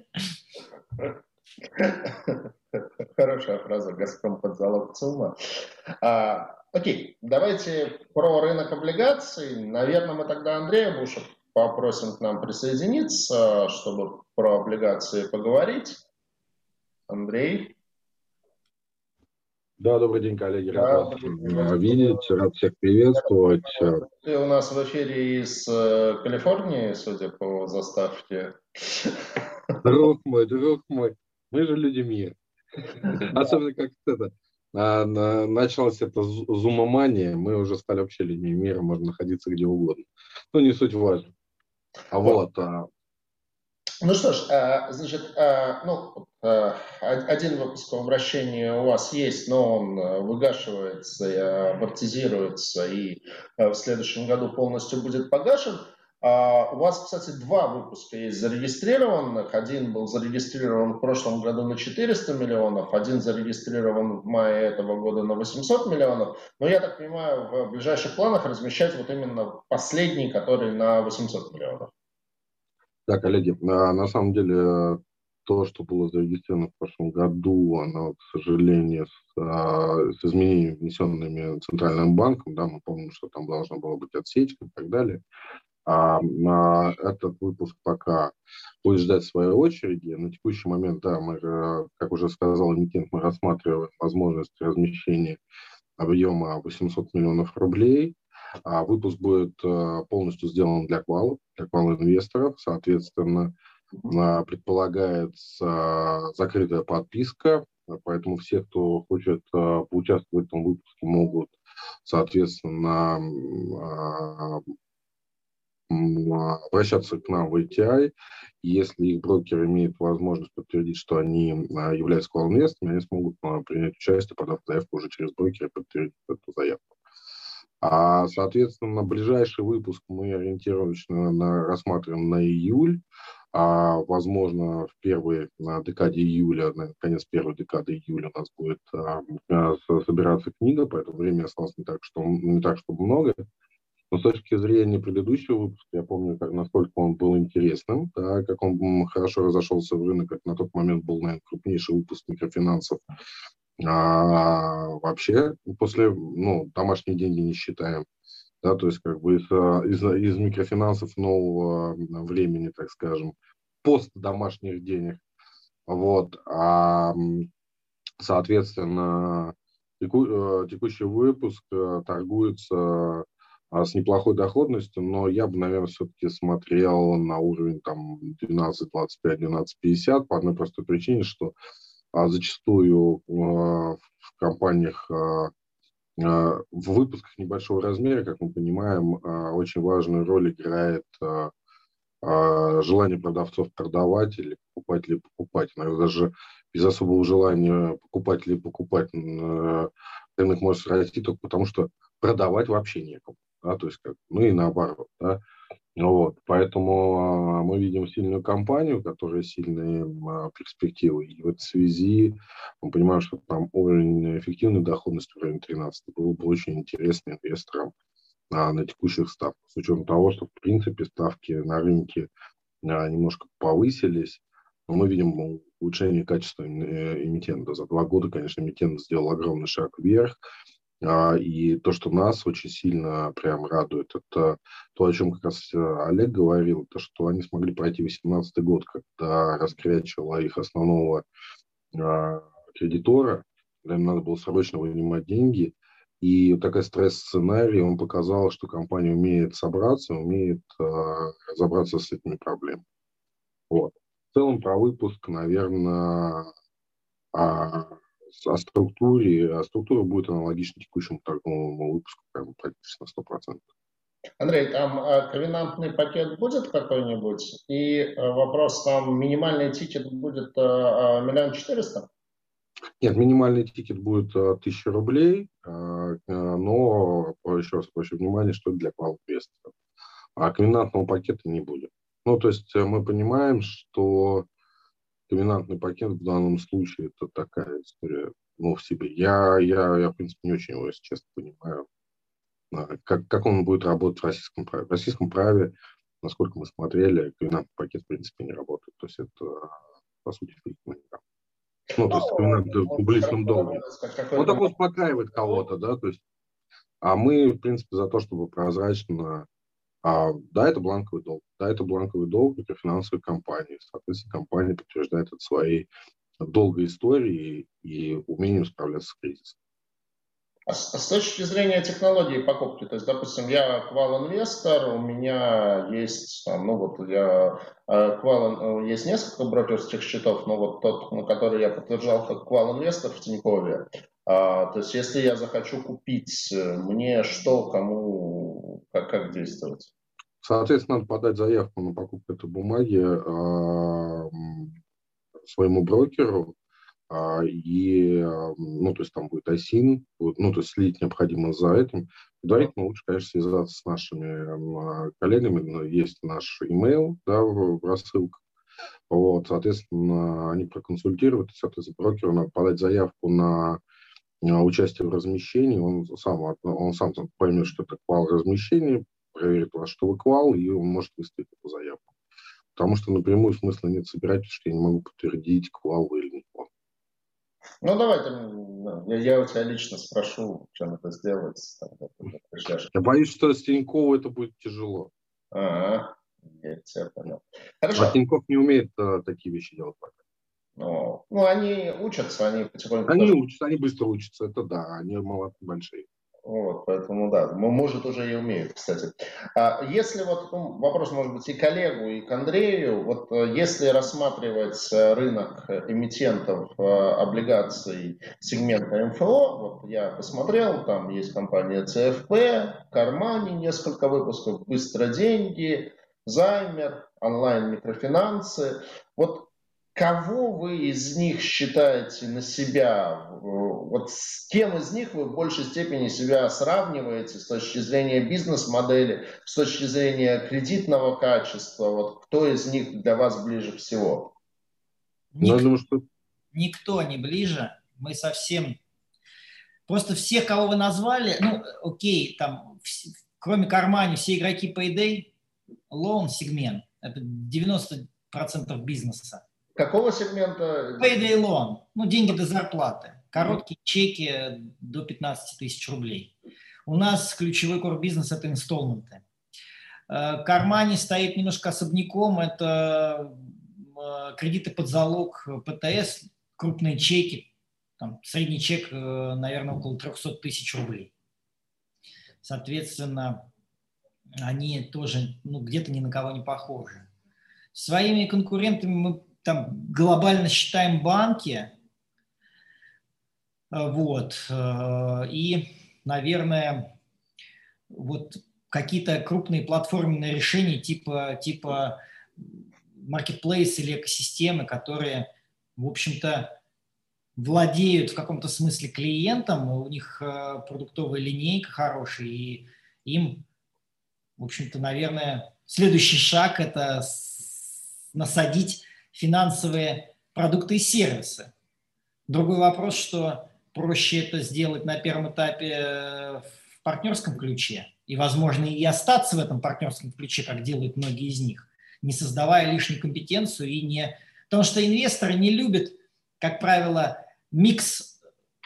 Хорошая фраза «Газпром под залог ЦУМа». Окей, давайте про рынок облигаций. Наверное, мы тогда Андрея Буша попросим к нам присоединиться, чтобы про облигации поговорить. Андрей? Да, добрый день, коллеги. Рад вас видеть, рад всех приветствовать. Ты у нас в эфире из Калифорнии, судя по заставке. Друг мой, мы же люди мира. Особенно как это, началась эта зумомания, мы уже стали вообще людьми мира, можно находиться где угодно. Ну, не суть важно. Ну что ж, значит, один выпуск по обращению у вас есть, но он выгашивается, и амортизируется и в следующем году полностью будет погашен. У вас, кстати, 2 выпуска есть зарегистрированных. Один был зарегистрирован в прошлом году на 400 миллионов, один зарегистрирован в мае этого года на 800 миллионов. Но я так понимаю, в ближайших планах размещать вот именно последний, который на 800 миллионов. Да, коллеги, на самом деле то, что было зарегистрировано в прошлом году, оно, к сожалению, с изменениями, внесенными Центральным банком, да, мы помним, что там должна была быть отсечка и так далее. На этот выпуск пока будет ждать своей очереди. На текущий момент, да, мы, как уже сказал эмитент, мы рассматриваем возможность размещения объема 800 миллионов рублей. Выпуск будет полностью сделан для квала инвесторов. Соответственно, предполагается закрытая подписка, поэтому все, кто хочет поучаствовать в этом выпуске, могут, соответственно, обращаться к нам в ATI. Если их брокер имеет возможность подтвердить, что они являются квал-инвесторами, они смогут принять участие, подав заявку уже через брокера и подтвердить эту заявку. Соответственно, ближайший выпуск мы ориентировочно рассматриваем на июль. Возможно, в первой декаде июля, на конец первой декады июля у нас будет собираться книга, поэтому времени осталось не так, чтобы много. Но с точки зрения предыдущего выпуска, я помню, насколько он был интересным, да, как он хорошо разошелся в рынок. Это на тот момент был, наверное, крупнейший выпуск микрофинансов. Вообще, после, домашние деньги не считаем. Да, то есть, как бы из микрофинансов нового времени, так скажем, пост домашних денег. Вот. Соответственно, текущий выпуск торгуется с неплохой доходностью, но я бы, наверное, все-таки смотрел на уровень там 12.25, 12.50 по одной простой причине, что зачастую в компаниях, в выпусках небольшого размера, как мы понимаем, очень важную роль играет желание продавцов продавать или покупателей покупать. Наверное, даже без особого желания покупателей покупать рынок может расти только потому, что продавать вообще некому. Да, то есть, и наоборот. Да. Вот, поэтому мы видим сильную компанию, которая сильные перспективы. И в этой связи мы понимаем, что там уровень эффективной доходности в районе 13 был бы очень интересным инвесторам на текущих ставках. С учетом того, что в принципе ставки на рынке немножко повысились, но мы видим улучшение качества эмитента. За 2 года, конечно, эмитент сделал огромный шаг вверх. И то, что нас очень сильно прям радует, это то, о чем как раз Олег говорил, то, что они смогли пройти 2018 год, когда раскрячивало их основного кредитора, когда им надо было срочно вынимать деньги. И вот такой стресс-сценарий, он показал, что компания умеет собраться, умеет разобраться с этими проблемами. Вот. В целом про выпуск, наверное, о структуре. Структура будет аналогична текущему торговому выпуску, прям практически на 100%. Андрей, там ковенантный пакет будет какой-нибудь? И вопрос, там минимальный тикет будет 1 400 000? Нет, минимальный тикет будет 1000 рублей, но еще раз прошу внимание, что это для квал-инвесторов. А ковенантного пакета не будет. То есть мы понимаем, что ковенантный пакет в данном случае это такая история, в себе. Я, в принципе, не очень его, если честно, понимаю, как он будет работать в российском праве. В российском праве, насколько мы смотрели, ковенантный пакет, в принципе, не работает. То есть это, по сути, фейковая игра. То есть ковенант в публичном долге. Он так успокаивает кого-то, да, то есть, а мы, в принципе, за то, чтобы прозрачно. Да, это бланковый долг. Да, это бланковый долг микрофинансовой компании. Соответственно, компания подтверждает это своей долгой историей и умением справляться с кризисом. С точки зрения технологии покупки, то есть, допустим, я квал-инвестор, у меня есть, есть несколько брокерских счетов, но вот тот, на который я подтверждал как квал-инвестор в Тинькове, то есть, если я захочу купить, мне что, кому, как действовать? Соответственно, надо подать заявку на покупку этой бумаги своему брокеру, то есть там будет ISIN, то есть следить необходимо за этим. Предварительно лучше, конечно, связаться с нашими коллегами, есть наш email, да, в рассылках. Вот, соответственно, они проконсультируют, соответственно, брокеру надо подать заявку на участие в размещении, он сам поймет, что это квал размещения, проверит вас, что вы квал, и он может выставить эту заявку. Потому что напрямую смысла нет собирать, потому что я не могу подтвердить, клал вы или не клал. Ну, давай, я у тебя лично спрошу, чем это сделать. Я боюсь, что с Тиньковым это будет тяжело. Ага, я тебя понял. А Хорошо. Тинькофф не умеет такие вещи делать пока. Ну, они учатся, они потихоньку... Они учатся, они быстро учатся, это да, они молодцы большие. Вот, поэтому да, может уже и умеют, кстати. Если вот, вопрос может быть и к Олегу, и к Андрею, вот если рассматривать рынок эмитентов облигаций сегмента МФО, вот я посмотрел, там есть компания ЦФП, Кармани, несколько выпусков, Быстро деньги, Займер, онлайн-микрофинансы. Вот кого вы из них считаете на себя? Вот с кем из них вы в большей степени себя сравниваете с точки зрения бизнес-модели, с точки зрения кредитного качества? Вот кто из них для вас ближе всего? Я думаю, что... Никто не ближе. Мы совсем... Просто всех, кого вы назвали, ну, окей, там, кроме Кармани, все игроки Payday, loan сегмент. Это 90% бизнеса. Какого сегмента? Payday loan. Ну, деньги до зарплаты. Короткие чеки до 15 тысяч рублей. У нас ключевой core-бизнес – это инсталменты. Кармани стоит немножко особняком. Это кредиты под залог, ПТС, крупные чеки. Там, средний чек, наверное, около 300 тысяч рублей. Соответственно, они тоже где-то ни на кого не похожи. Своими конкурентами мы там глобально считаем банки, вот, и, наверное, вот какие-то крупные платформенные решения типа marketplace или экосистемы, которые, в общем-то, владеют в каком-то смысле клиентом, у них продуктовая линейка хорошая, и им, в общем-то, наверное, следующий шаг – это насадить финансовые продукты и сервисы. Другой вопрос, что проще это сделать на первом этапе в партнерском ключе и, возможно, и остаться в этом партнерском ключе, как делают многие из них, не создавая лишнюю компетенцию и не... Потому что инвесторы не любят, как правило, микс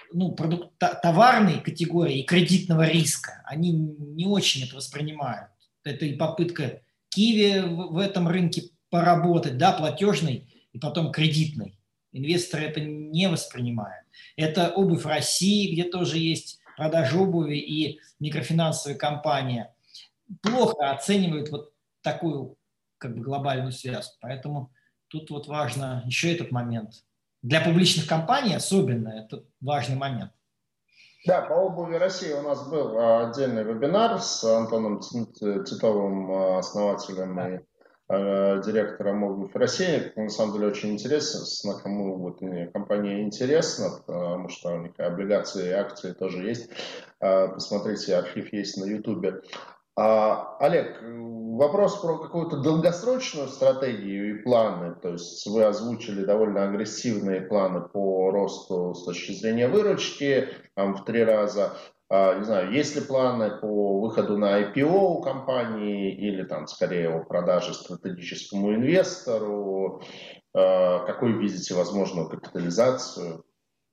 товарной категории и кредитного риска. Они не очень это воспринимают. Это и попытка Киви в этом рынке поработать, да, платежный и потом кредитный. Инвесторы это не воспринимают. Это обувь России, где тоже есть продажа обуви и микрофинансовая компания. Плохо оценивают вот такую как бы глобальную связку. Поэтому тут вот важно еще этот момент. Для публичных компаний особенно это важный момент. Да, по обуви России у нас был отдельный вебинар с Антоном Титовым, основателем и директором обуви России. На самом деле очень интересно, кому вот компания интересна, потому что у них облигации и акции тоже есть. Посмотрите, архив есть на Ютубе. Олег, вопрос про какую-то долгосрочную стратегию и планы. То есть вы озвучили довольно агрессивные планы по росту с точки зрения выручки в 3 раза. Не знаю, есть ли планы по выходу на IPO у компании или там скорее о продаже стратегическому инвестору? Какой видите возможную капитализацию?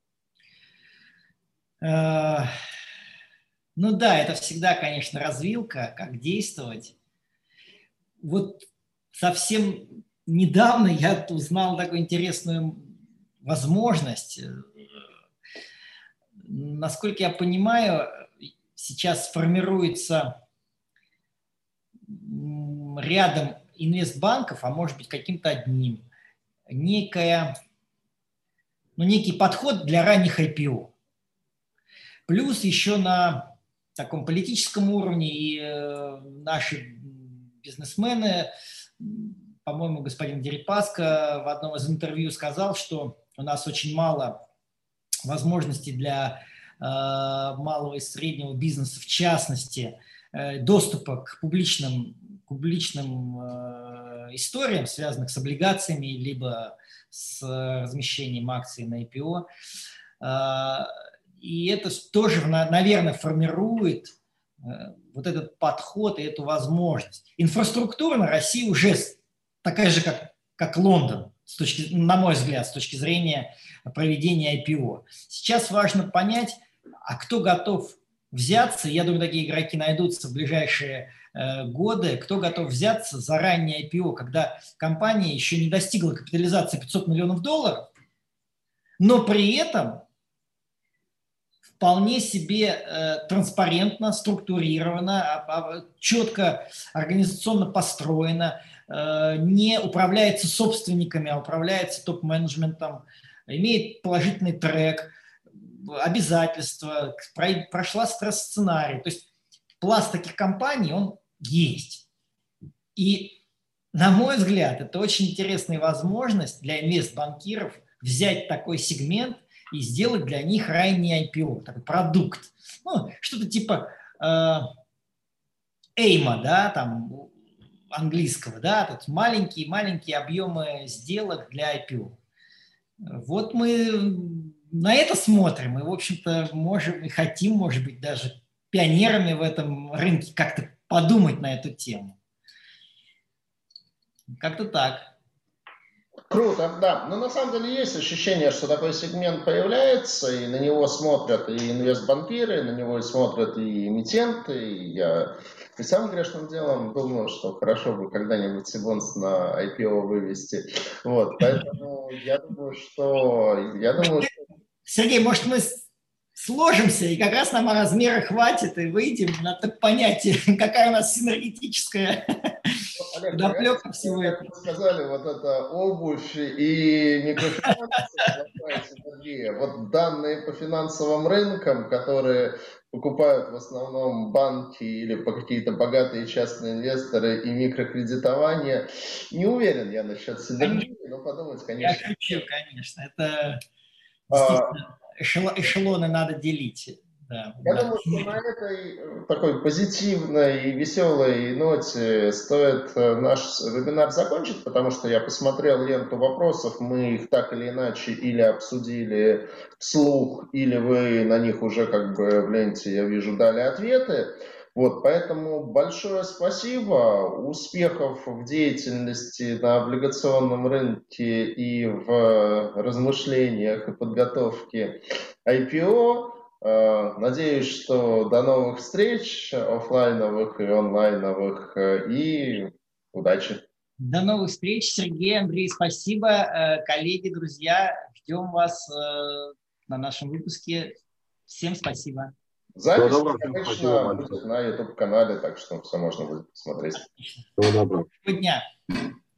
Ну да, это всегда, конечно, развилка, как действовать. Вот совсем недавно я узнал такую интересную возможность. Насколько я понимаю, сейчас формируется рядом инвестбанков, а может быть каким-то одним, некий подход для ранних IPO. Плюс еще на таком политическом уровне и наши бизнесмены, по-моему, господин Дерипаска в одном из интервью сказал, что у нас очень мало возможностей для малого и среднего бизнеса, в частности, доступа к публичным историям, связанных с облигациями, либо с размещением акций на IPO. И это тоже, наверное, формирует вот этот подход и эту возможность. Инфраструктурно Россия уже такая же, как Лондон, на мой взгляд, с точки зрения проведения IPO. Сейчас важно понять, а кто готов взяться, я думаю, такие игроки найдутся в ближайшие годы, кто готов взяться за раннее IPO, когда компания еще не достигла капитализации $500 миллионов, но при этом вполне себе транспарентно, структурировано, четко организационно построено, не управляется собственниками, а управляется топ-менеджментом, имеет положительный трек, обязательства, прошла стресс-сценарий. То есть пласт таких компаний, он есть. И, на мой взгляд, это очень интересная возможность для инвестбанкиров взять такой сегмент и сделать для них ранний IPO, такой продукт. Ну, что-то типа эйма, да, там, английского, да, тут маленькие объемы сделок для IPO. Вот мы на это смотрим и, в общем-то, можем и хотим, может быть, даже пионерами в этом рынке как-то подумать на эту тему. Как-то так. Круто, да. Но на самом деле есть ощущение, что такой сегмент появляется, и на него смотрят и инвестбанкиры, на него и смотрят и эмитенты. И я и сам грешным делом думаю, что хорошо бы когда-нибудь Сибонс на IPO вывести. Вот, поэтому я думаю, что... Сергей, может, мы сложимся, и как раз нам размера хватит, и выйдем на то понятие, какая у нас синергетическая доплека всего этого. Как вы сказали, вот это обувь и микрофинансы, вот данные по финансовым рынкам, которые покупают в основном банки или по какие-то богатые частные инвесторы и микрокредитование, не уверен я насчет синергии, но подумать, конечно. Я шучу, конечно, это... Действительно, эшелоны надо делить. Да, я думаю, что на этой такой позитивной и веселой ноте стоит наш вебинар закончить, потому что я посмотрел ленту вопросов, мы их так или иначе или обсудили вслух, или вы на них уже как бы в ленте, я вижу, дали ответы. Вот, поэтому большое спасибо, успехов в деятельности на облигационном рынке и в размышлениях и подготовке IPO. Надеюсь, что до новых встреч, офлайновых и онлайновых, и удачи. До новых встреч, Сергей, Андрей, спасибо. Коллеги, друзья, ждем вас на нашем выпуске. Всем спасибо. Запись, обычно, будет на YouTube-канале, так что все можно будет посмотреть. Всего доброго. Дня.